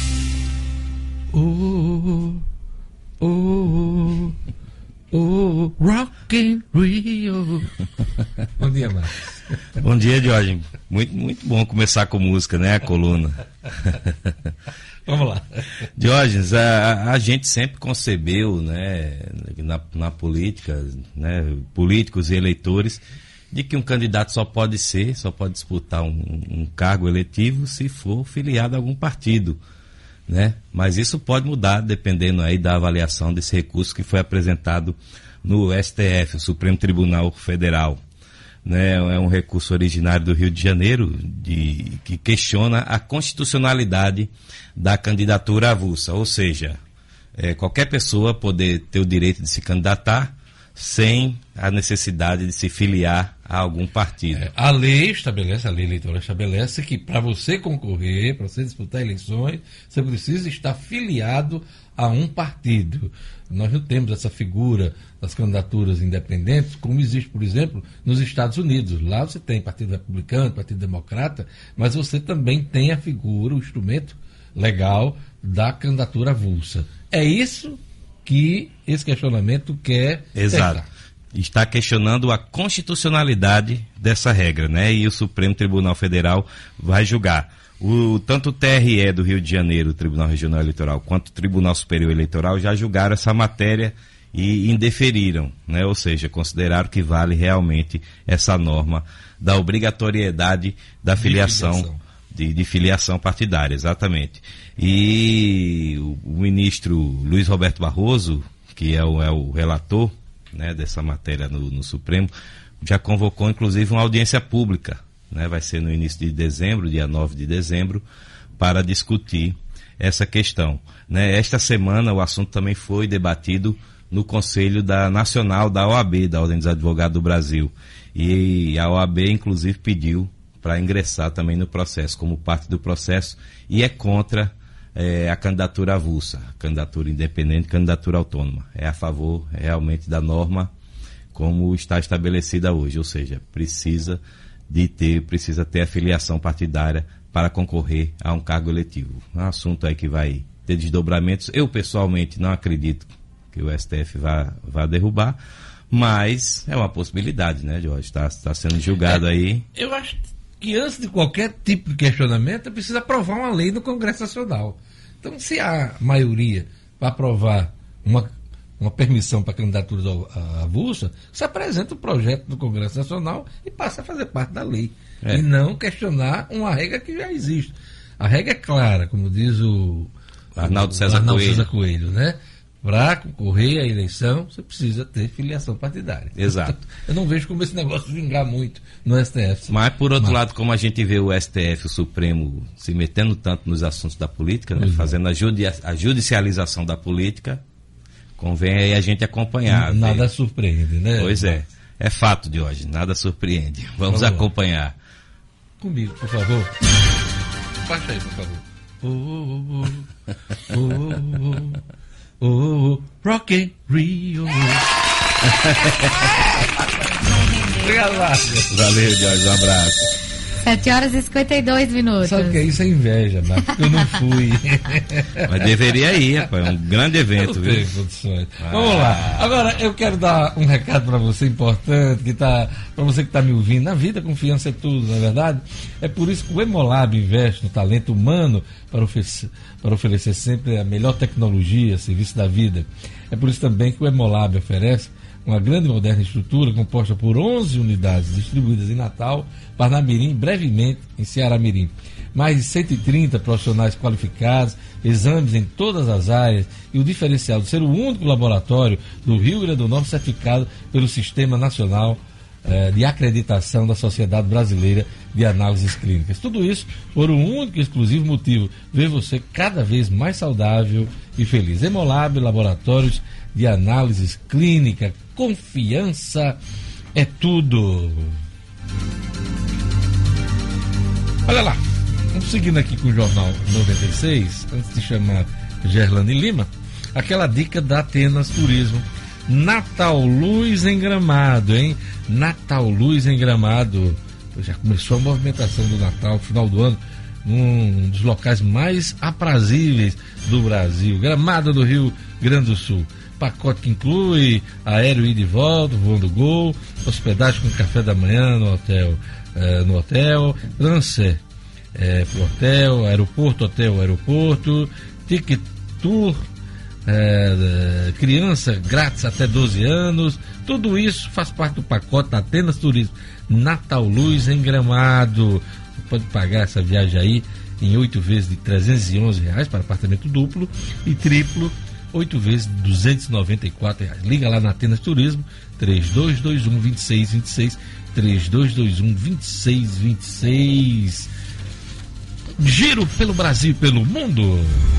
Oh, oh, oh. Oh, Rock in Rio. Bom dia, Marcos. Bom dia, Jorge. Muito, muito bom começar com música, né? A coluna. Vamos lá. Diógenes, a, a gente sempre concebeu, né, na, na política, né, políticos e eleitores, de que um candidato só pode ser, só pode disputar um, um cargo eletivo se for filiado a algum partido, né? Mas isso pode mudar dependendo aí da avaliação desse recurso que foi apresentado no S T F, o Supremo Tribunal Federal. Né? É um recurso originário do Rio de Janeiro de, que questiona a constitucionalidade da candidatura avulsa, ou seja, é, qualquer pessoa poder ter o direito de se candidatar sem a necessidade de se filiar a algum partido. É, a lei estabelece, a lei eleitoral estabelece que para você concorrer, para você disputar eleições, você precisa estar filiado a um partido. Nós não temos essa figura das candidaturas independentes, como existe, por exemplo, nos Estados Unidos. Lá você tem Partido Republicano, Partido Democrata, mas você também tem a figura, o instrumento legal da candidatura avulsa. É isso que esse questionamento quer... Exato. Testar. está questionando a constitucionalidade dessa regra, né? E o Supremo Tribunal Federal vai julgar. O, tanto o T R E do Rio de Janeiro, o Tribunal Regional Eleitoral, quanto o Tribunal Superior Eleitoral já julgaram essa matéria e indeferiram, né? Ou seja, consideraram que vale realmente essa norma da obrigatoriedade da filiação, de, de, de filiação partidária, exatamente. E o, o ministro Luiz Roberto Barroso, que é o, é o relator, né, dessa matéria no, no Supremo, já convocou inclusive uma audiência pública, né? Vai ser no início de dezembro, dia nove de dezembro, para discutir essa questão, né? Esta semana o assunto também foi debatido no Conselho da Nacional da O A B, da Ordem dos Advogados do Brasil, e a O A B inclusive pediu para ingressar também no processo, como parte do processo, e é contra é, a candidatura avulsa, candidatura independente, candidatura autônoma. É a favor realmente da norma como está estabelecida hoje, ou seja, precisa de ter, precisa ter a filiação partidária para concorrer a um cargo eletivo. É um assunto aí que vai ter desdobramentos. Eu, pessoalmente, não acredito que o S T F vá, vá derrubar, mas é uma possibilidade, né, Jorge? Está tá sendo julgado é, aí. Eu acho que antes de qualquer tipo de questionamento, precisa aprovar uma lei no Congresso Nacional. Então, se há maioria para aprovar uma, uma permissão para candidatura avulsa, você apresenta o projeto no Congresso Nacional e passa a fazer parte da lei. É. E não questionar uma regra que já existe. A regra é clara, como diz o Arnaldo César, Arnaldo Coelho. César Coelho, né? Para concorrer à eleição, você precisa ter filiação partidária. Exato. Eu não vejo como esse negócio vingar muito no S T F. Mas, por outro Mas... lado, como a gente vê o S T F, o Supremo, se metendo tanto nos assuntos da política, né? Fazendo a, judi a judicialização da política, convém aí a gente acompanhar. Nada ver. surpreende, né? Pois é. É fato de hoje, nada surpreende. Vamos, Vamos acompanhar. Comigo, por favor. Baixa aí, por favor. Oh, oh, oh, oh, oh, oh, oh, Rock in Rio. Obrigado, Márcio. Valeu, Jorge, um abraço. sete horas e cinquenta e dois minutos. Sabe o que é isso? É inveja, Márcio, porque eu não fui. Mas deveria ir, rapaz, é um grande evento, eu viu? Tenho condições. Ah. Vamos lá. Agora, eu quero dar um recado para você importante, que tá, para você que está me ouvindo. Na vida, confiança é tudo, não é verdade? É por isso que o Hemolab investe no talento humano para oferecer, para oferecer sempre a melhor tecnologia, serviço da vida. É por isso também que o Hemolab oferece uma grande e moderna estrutura composta por onze unidades distribuídas em Natal, Parnamirim, brevemente em Ceará-Mirim. Mais de cento e trinta profissionais qualificados, exames em todas as áreas e o diferencial de ser o único laboratório do Rio Grande do Norte certificado pelo Sistema Nacional eh, de Acreditação da Sociedade Brasileira de Análises Clínicas. Tudo isso por um único e exclusivo motivo: ver você cada vez mais saudável e feliz. Hemolab, laboratórios de análises clínica, confiança é tudo. Olha lá, vamos seguindo aqui com o Jornal noventa e seis, antes de chamar Gerlane Lima, aquela dica da Atenas Turismo. Natal Luz em Gramado, hein? Natal Luz em Gramado. Já começou a movimentação do Natal, final do ano, num dos locais mais aprazíveis do Brasil, Gramado do Rio Grande do Sul. Pacote que inclui aéreo ida e volta, voando Gol, hospedagem com café da manhã no hotel, eh, no hotel, transfer eh, pro hotel, aeroporto, hotel, aeroporto, ticket tour, eh, criança grátis até doze anos, tudo isso faz parte do pacote da Atenas Turismo. Natal Luz em Gramado. Você pode pagar essa viagem aí em oito vezes de trezentos e onze reais para apartamento duplo e triplo, oito vezes de duzentos e noventa e quatro reais. Liga lá na Atenas Turismo, três dois dois um, dois seis dois seis, três dois dois um, dois seis dois seis. Giro pelo Brasil e pelo mundo.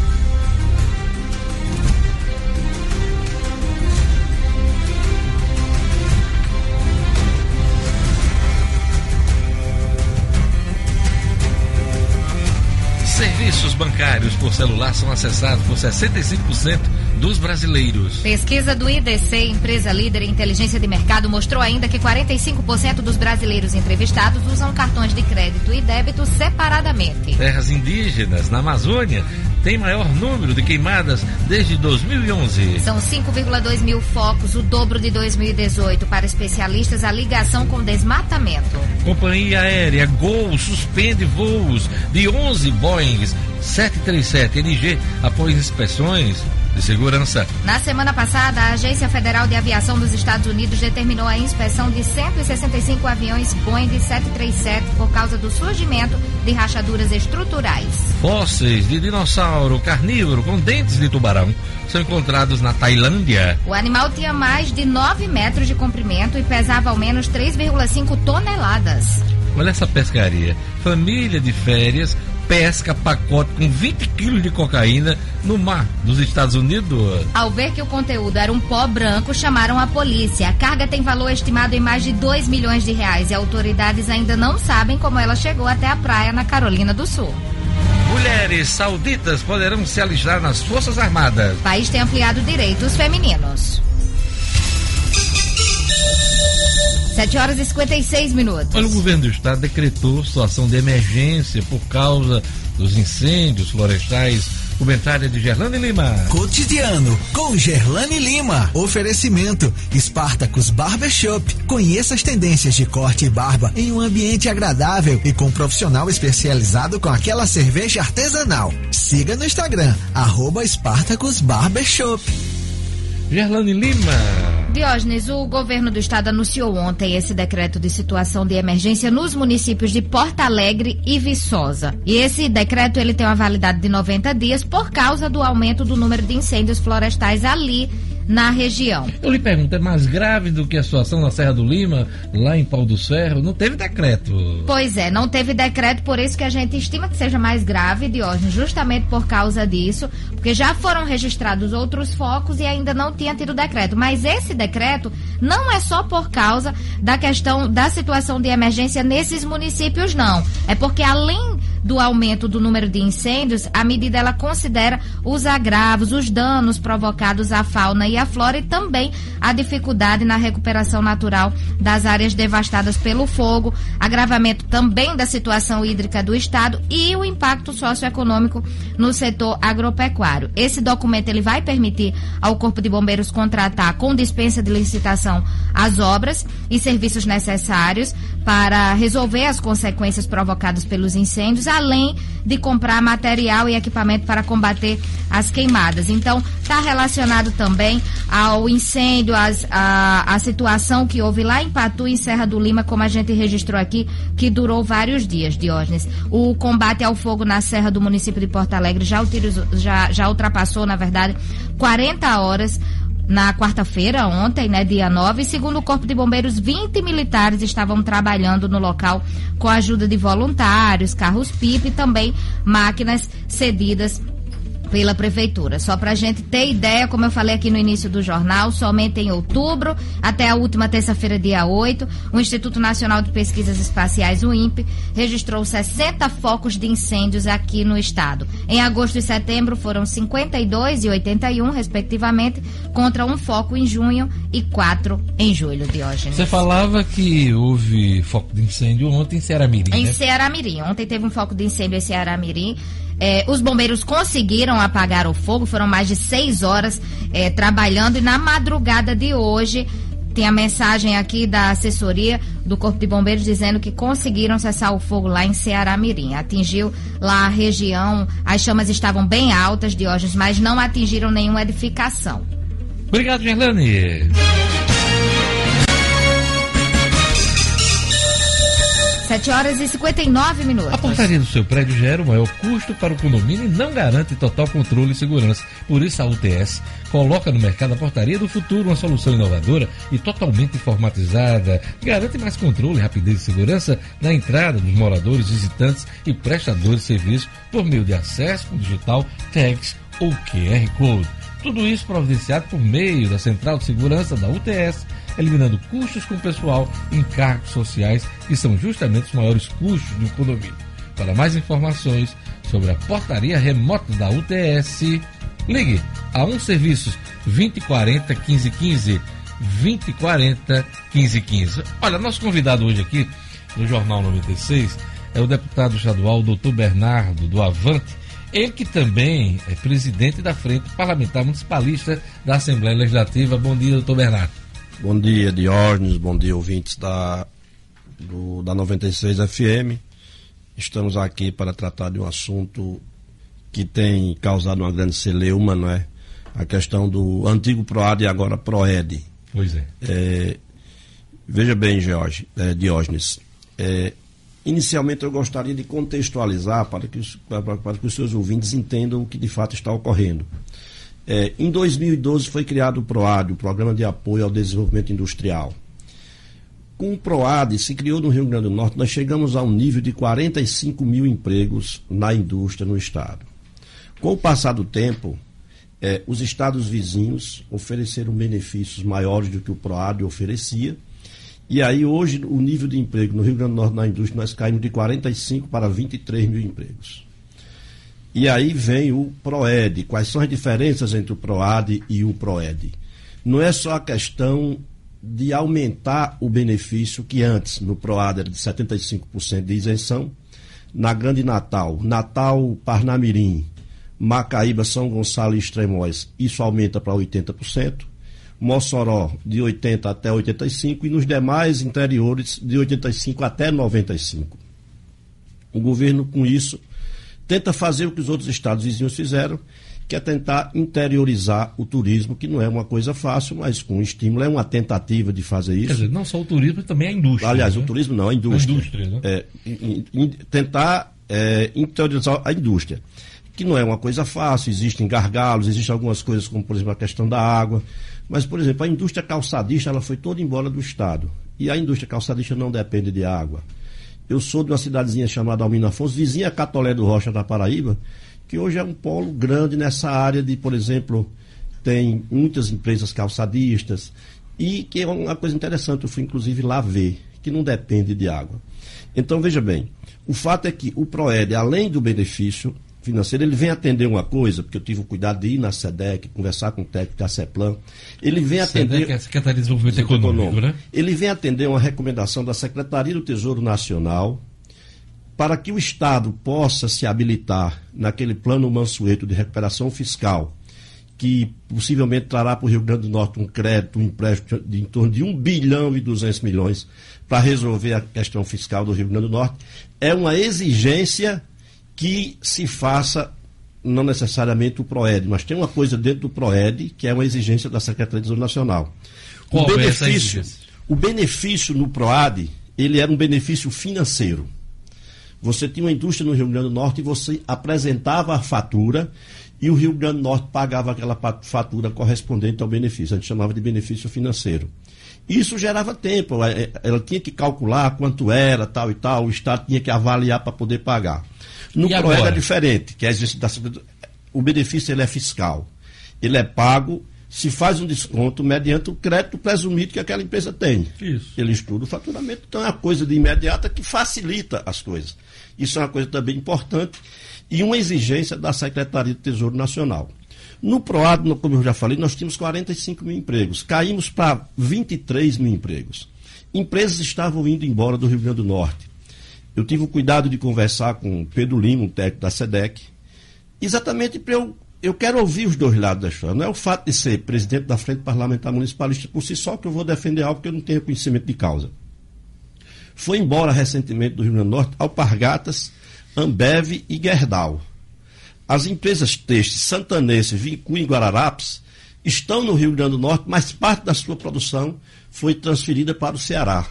Serviços bancários por celular são acessados por sessenta e cinco por cento dos brasileiros. Pesquisa do I D C, empresa líder em inteligência de mercado, mostrou ainda que quarenta e cinco por cento dos brasileiros entrevistados usam cartões de crédito e débito separadamente. Terras indígenas na Amazônia tem maior número de queimadas desde dois mil e onze. São cinco vírgula dois mil focos, o dobro de dois mil e dezoito. Para especialistas, a ligação com desmatamento. Companhia Aérea Gol suspende voos de onze Boeing sete trinta e sete N G após inspeções de segurança. Na semana passada, a Agência Federal de Aviação dos Estados Unidos determinou a inspeção de cento e sessenta e cinco aviões Boeing sete trinta e sete por causa do surgimento de rachaduras estruturais. Fósseis de dinossauro carnívoro com dentes de tubarão são encontrados na Tailândia. O animal tinha mais de nove metros de comprimento e pesava ao menos três vírgula cinco toneladas. Olha essa pescaria. Família de férias pesca pacote com vinte quilos de cocaína no mar dos Estados Unidos. Ao ver que o conteúdo era um pó branco, chamaram a polícia. A carga tem valor estimado em mais de dois milhões de reais e autoridades ainda não sabem como ela chegou até a praia na Carolina do Sul. Mulheres sauditas poderão se alistar nas Forças Armadas. O país tem ampliado direitos femininos. sete horas e cinquenta e seis minutos. Olha, o governo do estado decretou situação de emergência por causa dos incêndios florestais. Comentário de Gerlane Lima. Cotidiano com Gerlane Lima. Oferecimento Spartacus Barbershop. Conheça as tendências de corte e barba em um ambiente agradável e com um profissional especializado com aquela cerveja artesanal. Siga no Instagram, arroba Spartacus Barbershop. Gerlane Lima. Diógenes, o governo do estado anunciou ontem esse decreto de situação de emergência nos municípios de Porto Alegre e Viçosa. E esse decreto ele tem uma validade de noventa dias por causa do aumento do número de incêndios florestais ali na região. Eu lhe pergunto, é mais grave do que a situação na Serra do Lima, lá em Pau do Ferro? Não teve decreto. Pois é, não teve decreto, por isso que a gente estima que seja mais grave, Diógenes, justamente por causa disso, porque já foram registrados outros focos e ainda não tinha tido decreto. Mas esse decreto não é só por causa da questão da situação de emergência nesses municípios, não. É porque além do aumento do número de incêndios, a medida ela considera os agravos, os danos provocados à fauna e à flora e também a dificuldade na recuperação natural das áreas devastadas pelo fogo, agravamento também da situação hídrica do estado e o impacto socioeconômico no setor agropecuário. Esse documento ele vai permitir ao Corpo de Bombeiros contratar com dispensa de licitação as obras e serviços necessários para resolver as consequências provocadas pelos incêndios, além de comprar material e equipamento para combater as queimadas. Então, está relacionado também ao incêndio, as, a, a situação que houve lá em Patu, em Serra do Lima, como a gente registrou aqui, que durou vários dias, Diógenes. O combate ao fogo na Serra do município de Porto Alegre já, utilizou, já, já ultrapassou, na verdade, quarenta horas. Na quarta-feira, ontem, né, dia nove, segundo o Corpo de Bombeiros, vinte militares estavam trabalhando no local com a ajuda de voluntários, carros-pipa e também máquinas cedidas pela prefeitura. Só para a gente ter ideia, como eu falei aqui no início do jornal, somente em outubro, até a última terça-feira, dia oito, o Instituto Nacional de Pesquisas Espaciais, o INPE, registrou sessenta focos de incêndios aqui no estado. Em agosto e setembro foram cinquenta e dois e oitenta e um, respectivamente, contra um foco em junho e quatro em julho, Diógenes. Você falava que houve foco de incêndio ontem em Ceará-Mirim, Em né? Ceará-Mirim. Ontem teve um foco de incêndio em Ceará-Mirim. É, os bombeiros conseguiram apagar o fogo, foram mais de seis horas é, trabalhando e na madrugada de hoje tem a mensagem aqui da assessoria do Corpo de Bombeiros dizendo que conseguiram cessar o fogo lá em Ceará-Mirim. Atingiu lá a região, as chamas estavam bem altas, Diógenes, mas não atingiram nenhuma edificação. Obrigado, Gerlane. sete horas e cinquenta e nove minutos. A portaria do seu prédio gera o maior custo para o condomínio e não garante total controle e segurança. Por isso a U T S coloca no mercado a portaria do futuro, uma solução inovadora e totalmente informatizada. Garante mais controle, rapidez e segurança na entrada dos moradores, visitantes e prestadores de serviço por meio de acesso com digital, tags ou Q R Code. Tudo isso providenciado por meio da Central de Segurança da U T S, eliminando custos com pessoal e encargos sociais, que são justamente os maiores custos do condomínio. Para mais informações sobre a portaria remota da U T S, ligue a um Serviços vinte e quarenta, quinze quinze, vinte e quarenta, quinze quinze. Olha, nosso convidado hoje aqui no Jornal noventa e seis é o deputado estadual doutor Bernardo do Avante. Ele que também é presidente da Frente Parlamentar Municipalista da Assembleia Legislativa. Bom dia, doutor Bernardo. Bom dia, Diógenes, bom dia, ouvintes da, do, da noventa e seis F M. Estamos aqui para tratar de um assunto que tem causado uma grande celeuma, não é? A questão do antigo PROAD e agora PROED. Pois é. é veja bem, George, é, Diógenes, é, inicialmente eu gostaria de contextualizar para que, os, para, para que os seus ouvintes entendam o que de fato está ocorrendo. É, em dois mil e doze foi criado o PROAD, o Programa de Apoio ao Desenvolvimento Industrial. Com o PROAD se criou no Rio Grande do Norte, nós chegamos a um nível de quarenta e cinco mil empregos na indústria no estado. Com o passar do tempo, é, os estados vizinhos ofereceram benefícios maiores do que o PROAD oferecia, e aí hoje o nível de emprego no Rio Grande do Norte na indústria nós caímos de quarenta e cinco para vinte e três mil empregos. E aí vem o PROED. Quais são as diferenças entre o PROAD e o PROED? Não é só a questão de aumentar o benefício que antes no PROAD era de setenta e cinco por cento de isenção, na Grande Natal, Natal, Parnamirim, Macaíba, São Gonçalo e Extremóis, isso aumenta para oitenta por cento, Mossoró de oitenta por cento até oitenta e cinco por cento e nos demais interiores de oitenta e cinco por cento até noventa e cinco por cento. O governo com isso tenta fazer o que os outros estados vizinhos fizeram, que é tentar interiorizar o turismo, que não é uma coisa fácil, mas com estímulo é uma tentativa de fazer isso. Quer dizer, não só o turismo, mas também a indústria. Aliás, né? o turismo não, a indústria. A indústria, né? É, in, in, tentar é, interiorizar a indústria, que não é uma coisa fácil, existem gargalos, existem algumas coisas, como por exemplo a questão da água, mas por exemplo, a indústria calçadista, ela foi toda embora do estado, e a indústria calçadista não depende de água. Eu sou de uma cidadezinha chamada Almino Afonso, vizinha Catolé do Rocha da Paraíba, que hoje é um polo grande nessa área de, por exemplo, tem muitas empresas calçadistas, e que é uma coisa interessante, eu fui inclusive lá ver, que não depende de água. Então, veja bem, o fato é que o PROED, além do benefício financeiro, ele vem atender uma coisa, porque eu tive o cuidado de ir na SEDEC, conversar com o técnico da CEPLAN, ele vem atender... SEDEC é a Secretaria de Desenvolvimento Econômico, né? Ele vem atender uma recomendação da Secretaria do Tesouro Nacional para que o Estado possa se habilitar naquele plano Mansueto de recuperação fiscal, que possivelmente trará para o Rio Grande do Norte um crédito, um empréstimo de em torno de um bilhão e duzentos milhões para resolver a questão fiscal do Rio Grande do Norte. É uma exigência que se faça, não necessariamente o PROED, mas tem uma coisa dentro do PROED que é uma exigência da Secretaria do Tesouro Nacional. O Qual benefício, é o benefício no PROAD, ele era um benefício financeiro. Você tinha uma indústria no Rio Grande do Norte e você apresentava a fatura e o Rio Grande do Norte pagava aquela fatura correspondente ao benefício. A gente chamava de benefício financeiro. Isso gerava tempo, ela tinha que calcular quanto era, tal e tal, o Estado tinha que avaliar para poder pagar. No PROED é diferente, que é o benefício ele é fiscal. Ele é pago, se faz um desconto mediante o crédito presumido que aquela empresa tem. Isso. Ele estuda o faturamento, então é uma coisa de imediata que facilita as coisas. Isso é uma coisa também importante e uma exigência da Secretaria do Tesouro Nacional. No PROAD, como eu já falei, nós tínhamos quarenta e cinco mil empregos, caímos para vinte e três mil empregos. Empresas estavam indo embora do Rio Grande do Norte. Eu tive o cuidado de conversar com o Pedro Lima, um técnico da SEDEC, exatamente para eu, eu quero ouvir os dois lados da história. Não é o fato de ser presidente da Frente Parlamentar Municipalista por si só que eu vou defender algo que eu não tenho conhecimento de causa. Foi embora recentemente do Rio Grande do Norte Alpargatas, Ambev e Gerdau. As empresas têxteis Santanense, Vincu e Guararapes estão no Rio Grande do Norte, mas parte da sua produção foi transferida para o Ceará.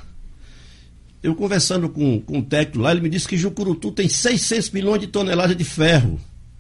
Eu conversando com, com um técnico lá, ele me disse que Jucurutu tem seiscentos milhões de toneladas de ferro.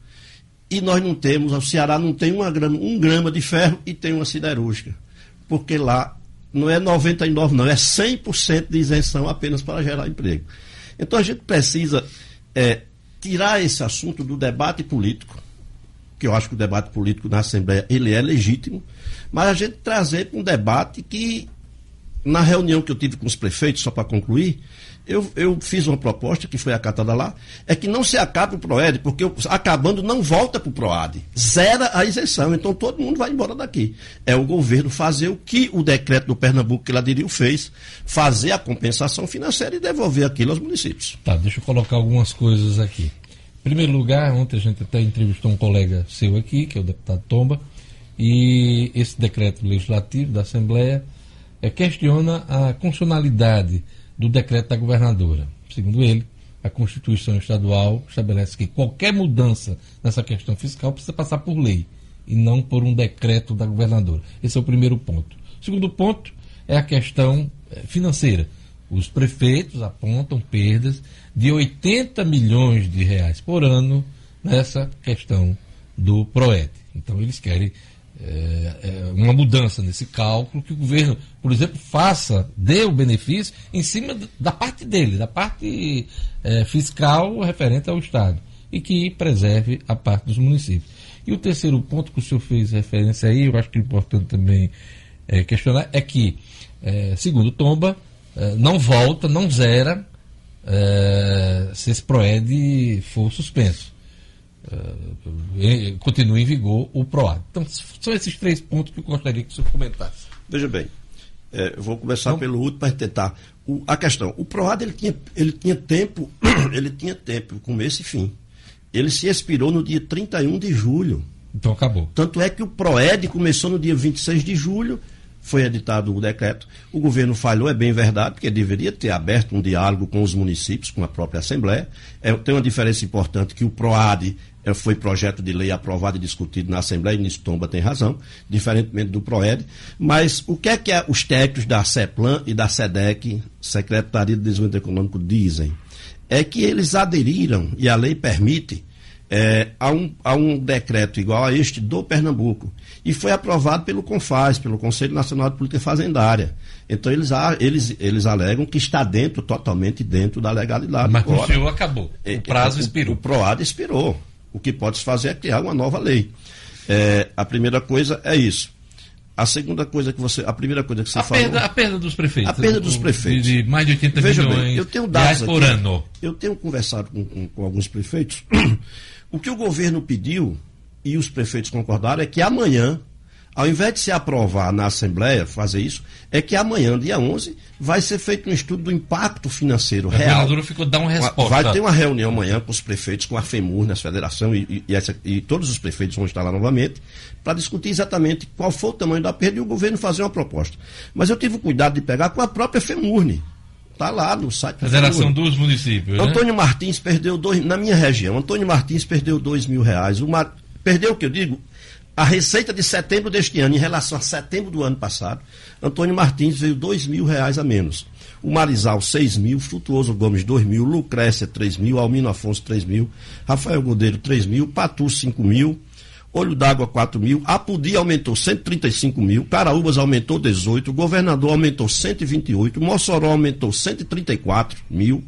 E nós não temos, o Ceará não tem uma grama, um grama de ferro e tem uma siderúrgica. Porque lá não é noventa e nove por cento, não, é cem por cento de isenção apenas para gerar emprego. Então a gente precisa é, tirar esse assunto do debate político, que eu acho que o debate político na Assembleia ele é legítimo, mas a gente trazer para um debate que, na reunião que eu tive com os prefeitos, só para concluir, eu, eu fiz uma proposta, que foi acatada lá, é que não se acabe o PROED, porque eu, acabando não volta para o PROAD. Zera a isenção, então todo mundo vai embora daqui. É o governo fazer o que o decreto do Pernambuco que Ladrilho fez, fazer a compensação financeira e devolver aquilo aos municípios. Tá, deixa eu colocar algumas coisas aqui. Em primeiro lugar, ontem a gente até entrevistou um colega seu aqui, que é o deputado Tomba, e esse decreto legislativo da Assembleia é, questiona a constitucionalidade do decreto da governadora. Segundo ele, a Constituição Estadual estabelece que qualquer mudança nessa questão fiscal precisa passar por lei e não por um decreto da governadora. Esse é o primeiro ponto. O segundo ponto é a questão financeira. Os prefeitos apontam perdas de oitenta milhões de reais por ano nessa questão do PROED. Então eles querem é, é, uma mudança nesse cálculo, que o governo, por exemplo, faça, dê o benefício em cima da parte dele, da parte é, fiscal referente ao Estado, e que preserve a parte dos municípios. E o terceiro ponto que o senhor fez referência aí, eu acho que é importante também é, questionar, é que, é, segundo Tomba, é, não volta, não zera é, se esse PROED for suspenso. É, continua em vigor o PROAD. Então, são esses três pontos que eu gostaria que o senhor comentasse. Veja bem, é, eu vou começar então, pelo último para tentar. O, a questão, o PROAD ele tinha, ele tinha tempo, ele tinha tempo, começo e fim. Ele se expirou no dia trinta e um de julho. Então acabou. Tanto é que o PROED começou no dia vinte e seis de julho, foi editado o decreto. O governo falhou, é bem verdade, porque deveria ter aberto um diálogo com os municípios, com a própria Assembleia. É, tem uma diferença importante, que o PROAD é, foi projeto de lei aprovado e discutido na Assembleia, e nisso Tomba tem razão, diferentemente do PROED. Mas o que é que é, os técnicos da CEPLAN e da SEDEC, Secretaria de Desenvolvimento Econômico, dizem? É que eles aderiram, e a lei permite, é, a, um, a um decreto igual a este do Pernambuco. E foi aprovado pelo CONFAS, pelo Conselho Nacional de Política Fazendária. Então eles, eles, eles alegam que está dentro, totalmente dentro da legalidade. Mas o senhor acabou, o prazo é, expirou. O, o PROAD expirou. O que pode se fazer é criar uma nova lei. É, a primeira coisa é isso. A segunda coisa que você. A primeira coisa que você a falou. Perda, a perda dos prefeitos. A perda dos prefeitos. De, de mais de oitenta Veja milhões bem, eu tenho dados reais por aqui, ano. Eu tenho conversado com, com, com alguns prefeitos. O que o governo pediu, e os prefeitos concordaram, é que amanhã, ao invés de se aprovar na Assembleia, fazer isso, é que amanhã, dia onze, vai ser feito um estudo do impacto financeiro real. A governadora ficou dar uma resposta. Vai ter uma reunião amanhã com os prefeitos, com a FEMUR, na Federação, e, e, essa, e todos os prefeitos vão estar lá novamente, para discutir exatamente qual foi o tamanho da perda e o governo fazer uma proposta. Mas eu tive o cuidado de pegar com a própria FEMUR. Está lá no site da Federação dos Municípios. Antônio né? Martins perdeu dois, na minha região, Antônio Martins perdeu dois mil reais. O Mar, perdeu o que eu digo? A receita de setembro deste ano, em relação a setembro do ano passado, Antônio Martins veio dois mil reais a menos. O Marizal, seis mil, Frutuoso Gomes, dois mil, Lucrécia, três mil, Almino Afonso, três mil, Rafael Godeiro, três mil, Patu, cinco mil, Olho d'Água, quatro mil, Apudi aumentou cento e trinta e cinco mil, Caraúbas aumentou dezoito, Governador aumentou cento e vinte e oito, Mossoró aumentou cento e trinta e quatro mil,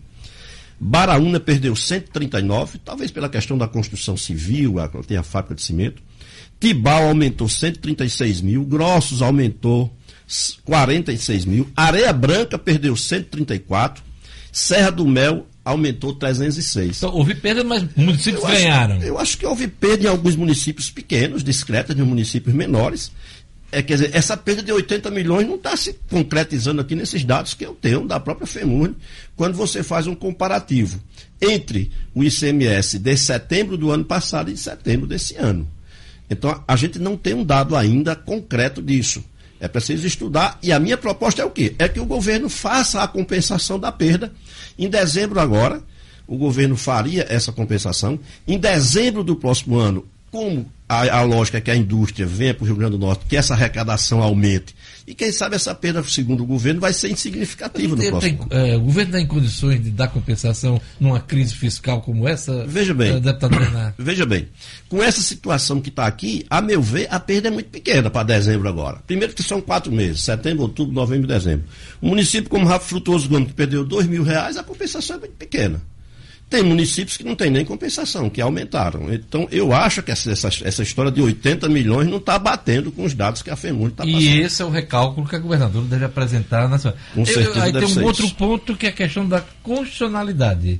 Baraúna perdeu cento e trinta e nove, talvez pela questão da construção civil, ela tem a fábrica de cimento, Tibau aumentou cento e trinta e seis mil, Grossos aumentou quarenta e seis mil, Areia Branca perdeu cento e trinta e quatro, Serra do Mel aumentou trezentos e seis. Então, houve perda, mas municípios eu ganharam. Acho, eu acho que houve perda em alguns municípios pequenos, discretas, em municípios menores. É, quer dizer, essa perda de oitenta milhões não está se concretizando aqui nesses dados que eu tenho da própria FEMUR, quando você faz um comparativo entre o I C M S de setembro do ano passado e de setembro desse ano. Então, a gente não tem um dado ainda concreto disso. É preciso estudar, e a minha proposta é o quê? É que o governo faça a compensação da perda. Em dezembro agora, o governo faria essa compensação. Em dezembro do próximo ano, como a, a lógica é que a indústria venha para o Rio Grande do Norte, que essa arrecadação aumente. E quem sabe essa perda, segundo o governo, vai ser insignificativa no tem, próximo tem, ano. É, o governo está em condições de dar compensação numa crise fiscal como essa? Veja bem, deputado Bernardo. Veja bem, com essa situação que está aqui, a meu ver, a perda é muito pequena para dezembro agora. Primeiro que são quatro meses, setembro, outubro, novembro e dezembro. Um município como Rafa Frutuoso Gomes, que perdeu dois mil reais, a compensação é muito pequena. Tem municípios que não tem nem compensação, que aumentaram. Então, eu acho que essa, essa, essa história de oitenta milhões não está batendo com os dados que a FEMUR está passando. E esse é o recálculo que a governadora deve apresentar na sua... Com certeza. Eu, aí tem um outro isso. ponto que é a questão da constitucionalidade.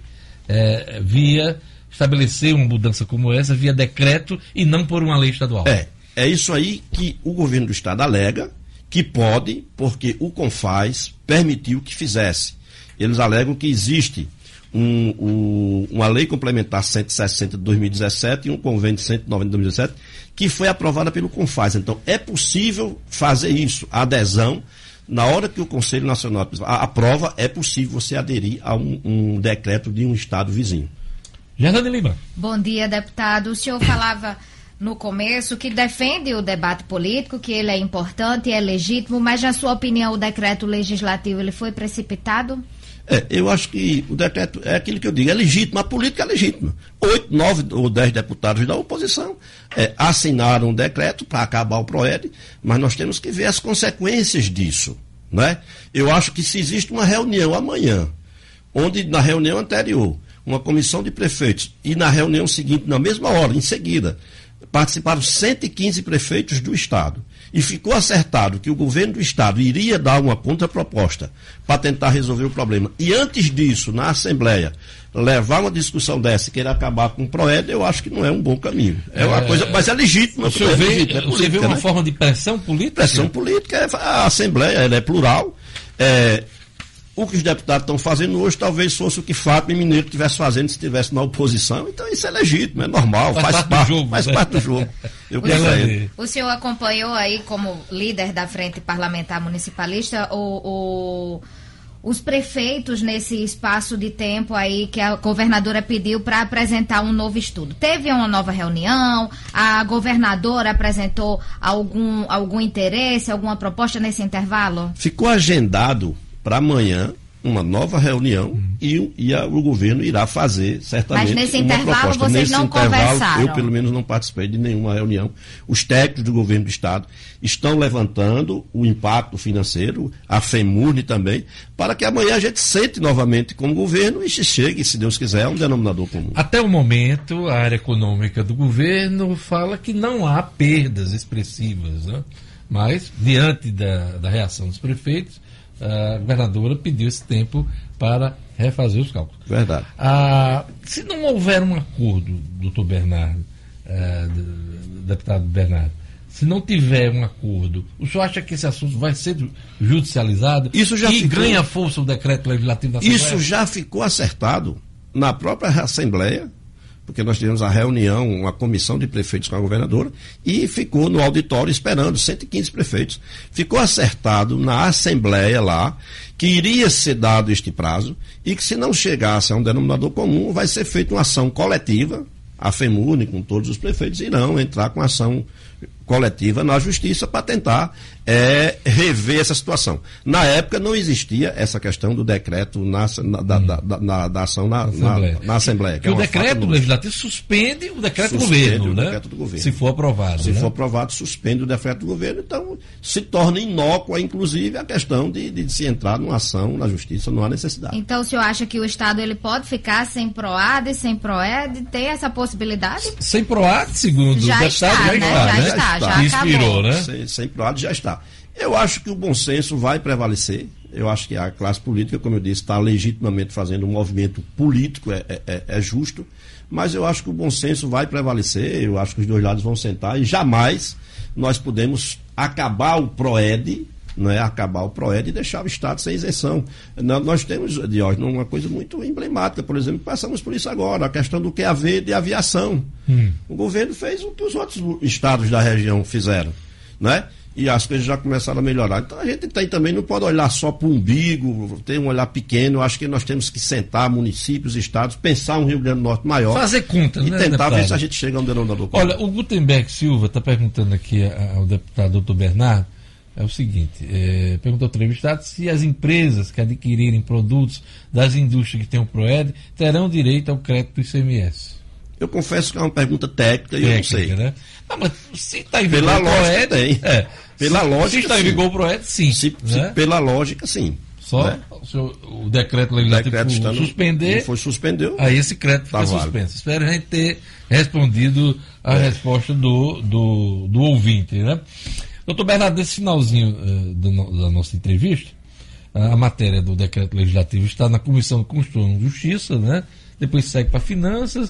É, via estabelecer uma mudança como essa, via decreto e não por uma lei estadual. É, é isso aí que o governo do estado alega que pode, porque o CONFAS permitiu que fizesse. Eles alegam que existe um, um, uma lei complementar cento e sessenta de dois mil e dezessete e um convênio cento e noventa de dois mil e dezessete, que foi aprovada pelo CONFAS. Então, é possível fazer isso, a adesão. Na hora que o Conselho Nacional aprova, é possível você aderir a um, um decreto de um estado vizinho. Jardine Lima. Bom dia, deputado. O senhor falava no começo que defende o debate político, que ele é importante e é legítimo, mas na sua opinião o decreto legislativo ele foi precipitado? É, eu acho que o decreto é aquilo que eu digo, é legítimo, a política é legítima. Oito, nove ou dez deputados da oposição é, assinaram um decreto para acabar o PROED, mas nós temos que ver as consequências disso, né? Eu acho que se existe uma reunião amanhã, onde na reunião anterior, uma comissão de prefeitos, e na reunião seguinte, na mesma hora, em seguida, participaram cento e quinze prefeitos do Estado. E ficou acertado que o governo do Estado iria dar uma contraproposta para tentar resolver o problema. E antes disso, na Assembleia, levar uma discussão dessa e querer acabar com o PROED, eu acho que não é um bom caminho. É uma é, coisa, mas é legítimo. O senhor é vê, legítimo, é política, você vê uma né? forma de pressão política? Pressão política. É, a Assembleia ela é plural. É, o que os deputados estão fazendo hoje talvez fosse o que Fátima e Mineiro estivesse fazendo se estivesse na oposição. Então isso é legítimo, é normal, faz, faz parte, parte do jogo. Faz né? parte do jogo. Eu o, o senhor acompanhou aí como líder da Frente Parlamentar Municipalista o, o, os prefeitos nesse espaço de tempo aí que a governadora pediu para apresentar um novo estudo. Teve uma nova reunião, a governadora apresentou algum, algum interesse, alguma proposta nesse intervalo? Ficou agendado para amanhã uma nova reunião hum. e, e a, o governo irá fazer certamente. Mas nesse uma intervalo proposta. vocês nesse não intervalo, conversaram? Eu pelo menos não participei de nenhuma reunião. Os técnicos do governo do Estado estão levantando o impacto financeiro, a FEMURNE também, para que amanhã a gente sente novamente como governo e se chegue, se Deus quiser, a um denominador comum. Até o momento, a área econômica do governo fala que não há perdas expressivas, né? Mas, diante da, da reação dos prefeitos, a governadora pediu esse tempo para refazer os cálculos. Verdade. Ah, se não houver um acordo, doutor Bernardo, ah, deputado Bernardo, se não tiver um acordo, o senhor acha que esse assunto vai ser judicializado? Isso já e ficou... ganha força o decreto legislativo da Assembleia? Isso já ficou acertado na própria Assembleia, porque nós tivemos a reunião, uma comissão de prefeitos com a governadora, e ficou no auditório esperando cento e quinze prefeitos. Ficou acertado na Assembleia lá que iria ser dado este prazo e que se não chegasse a um denominador comum, vai ser feita uma ação coletiva, a FEMURNE com todos os prefeitos irão entrar com ação coletiva na justiça para tentar é, rever essa situação. Na época não existia essa questão do decreto na, na, da, hum. da, da, na, da ação na Assembleia. Na, na Assembleia que é o decreto legislativo suspende o decreto do suspende governo, o né? decreto do governo. Se for aprovado. Se né? for aprovado, suspende o decreto do governo, então se torna inócua, inclusive, a questão de, de, de se entrar numa ação na justiça, não há necessidade. Então o senhor acha que o Estado ele pode ficar sem PROAD e sem PROED? Tem essa possibilidade? Sem PROAD, segundo já o deputado, está, já né? está. Já, né? está, já, já acabou. Inspirou, né? Sem, sem PROAD já está. Eu acho que o bom senso vai prevalecer. Eu acho que a classe política, como eu disse, está legitimamente fazendo um movimento político, é, é, é justo, mas eu acho que o bom senso vai prevalecer. Eu acho que os dois lados vão sentar e jamais nós podemos acabar o PROED, não é acabar o PROED e deixar o Estado sem isenção. Nós temos, Diógenes, uma coisa muito emblemática, por exemplo, passamos por isso agora, a questão do Q A V de aviação. Hum. O governo fez o que os outros estados da região fizeram, né? E as coisas já começaram a melhorar. Então a gente tem também, não pode olhar só para o umbigo, ter um olhar pequeno. Eu acho que nós temos que sentar, municípios, estados, pensar um Rio Grande do Norte maior. Fazer conta, e né, tentar deputado? ver se a gente chega a um denominador comum. Olha, o Gutenberg Silva está perguntando aqui ao deputado doutor Bernardo, é o seguinte, é, perguntou ao entrevistado se as empresas que adquirirem produtos das indústrias que têm o PROED terão direito ao crédito do I C M S. Eu confesso que é uma pergunta técnica e eu não sei. Né? Não, mas se está em vigor pela o PROED... Tem. É, pela se, lógica, se está em vigor o PROED, sim. Se, né? se, pela lógica, sim. Só né? o, seu, o decreto legislativo o decreto suspender, foi suspendeu, aí esse crédito fica tá suspenso. Válido. Espero a gente ter respondido a é. resposta do, do, do ouvinte. Né? Doutor Bernardo, nesse finalzinho uh, do, da nossa entrevista, a matéria do decreto legislativo está na Comissão de Constituição e Justiça, né? Depois segue para Finanças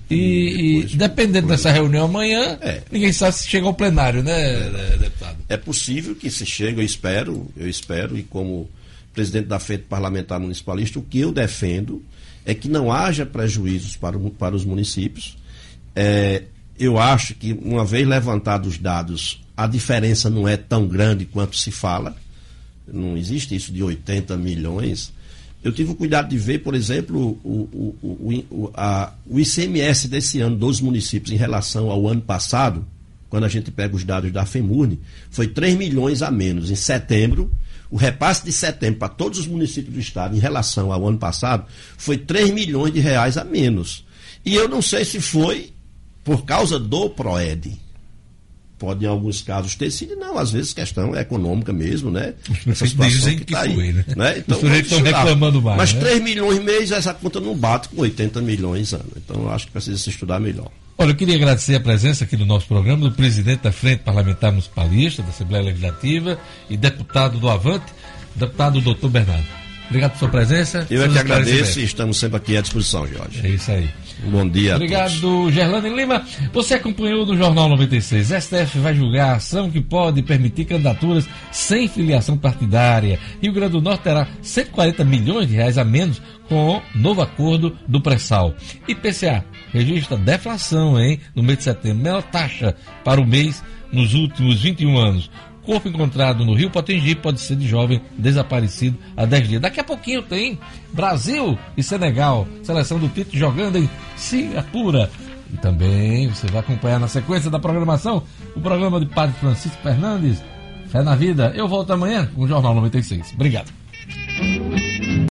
e, depois, e dependendo depois, dessa reunião amanhã, é. ninguém sabe se chega ao plenário, né, é. deputado? É possível que se chegue, eu espero, eu espero, e como presidente da Frente Parlamentar Municipalista, o que eu defendo é que não haja prejuízos para, o, para os municípios. É, eu acho que, uma vez levantados os dados, a diferença não é tão grande quanto se fala. Não existe isso de oitenta milhões. Eu tive o cuidado de ver, por exemplo, o, o, o, o, a, o I C M S desse ano dos municípios em relação ao ano passado, quando a gente pega os dados da FEMURNE, foi três milhões a menos. Em setembro, o repasse de setembro para todos os municípios do estado em relação ao ano passado foi três milhões de reais a menos. E eu não sei se foi por causa do PROED. Pode, em alguns casos, ter sido, não, às vezes questão é econômica mesmo, né? Essa dizem que, que tá foi, aí, né? né? Então, os sujeitos estão reclamando mais. Mas né? três milhões mês, essa conta não bate com oitenta milhões ano. Então, eu acho que precisa se estudar melhor. Olha, eu queria agradecer a presença aqui no nosso programa do presidente da Frente Parlamentar Municipalista da Assembleia Legislativa e deputado do Avante, deputado doutor Bernardo. Obrigado por sua presença. Eu é que agradeço e estamos sempre aqui à disposição, Jorge. É isso aí. Bom dia. Obrigado, Gerlane Lima. Você acompanhou no Jornal noventa e seis. S T F vai julgar a ação que pode permitir candidaturas sem filiação partidária. Rio Grande do Norte terá cento e quarenta milhões de reais a menos com o novo acordo do pré-sal. I P C A registra deflação, hein, no mês de setembro. Menor taxa para o mês nos últimos vinte e um anos. Corpo encontrado no Rio Potengi pode ser de jovem desaparecido há dez dias. Daqui a pouquinho tem Brasil e Senegal, seleção do Tite jogando em Singapura. E também você vai acompanhar na sequência da programação o programa de Padre Francisco Fernandes, Fé na Vida. Eu volto amanhã com o Jornal noventa e seis. Obrigado.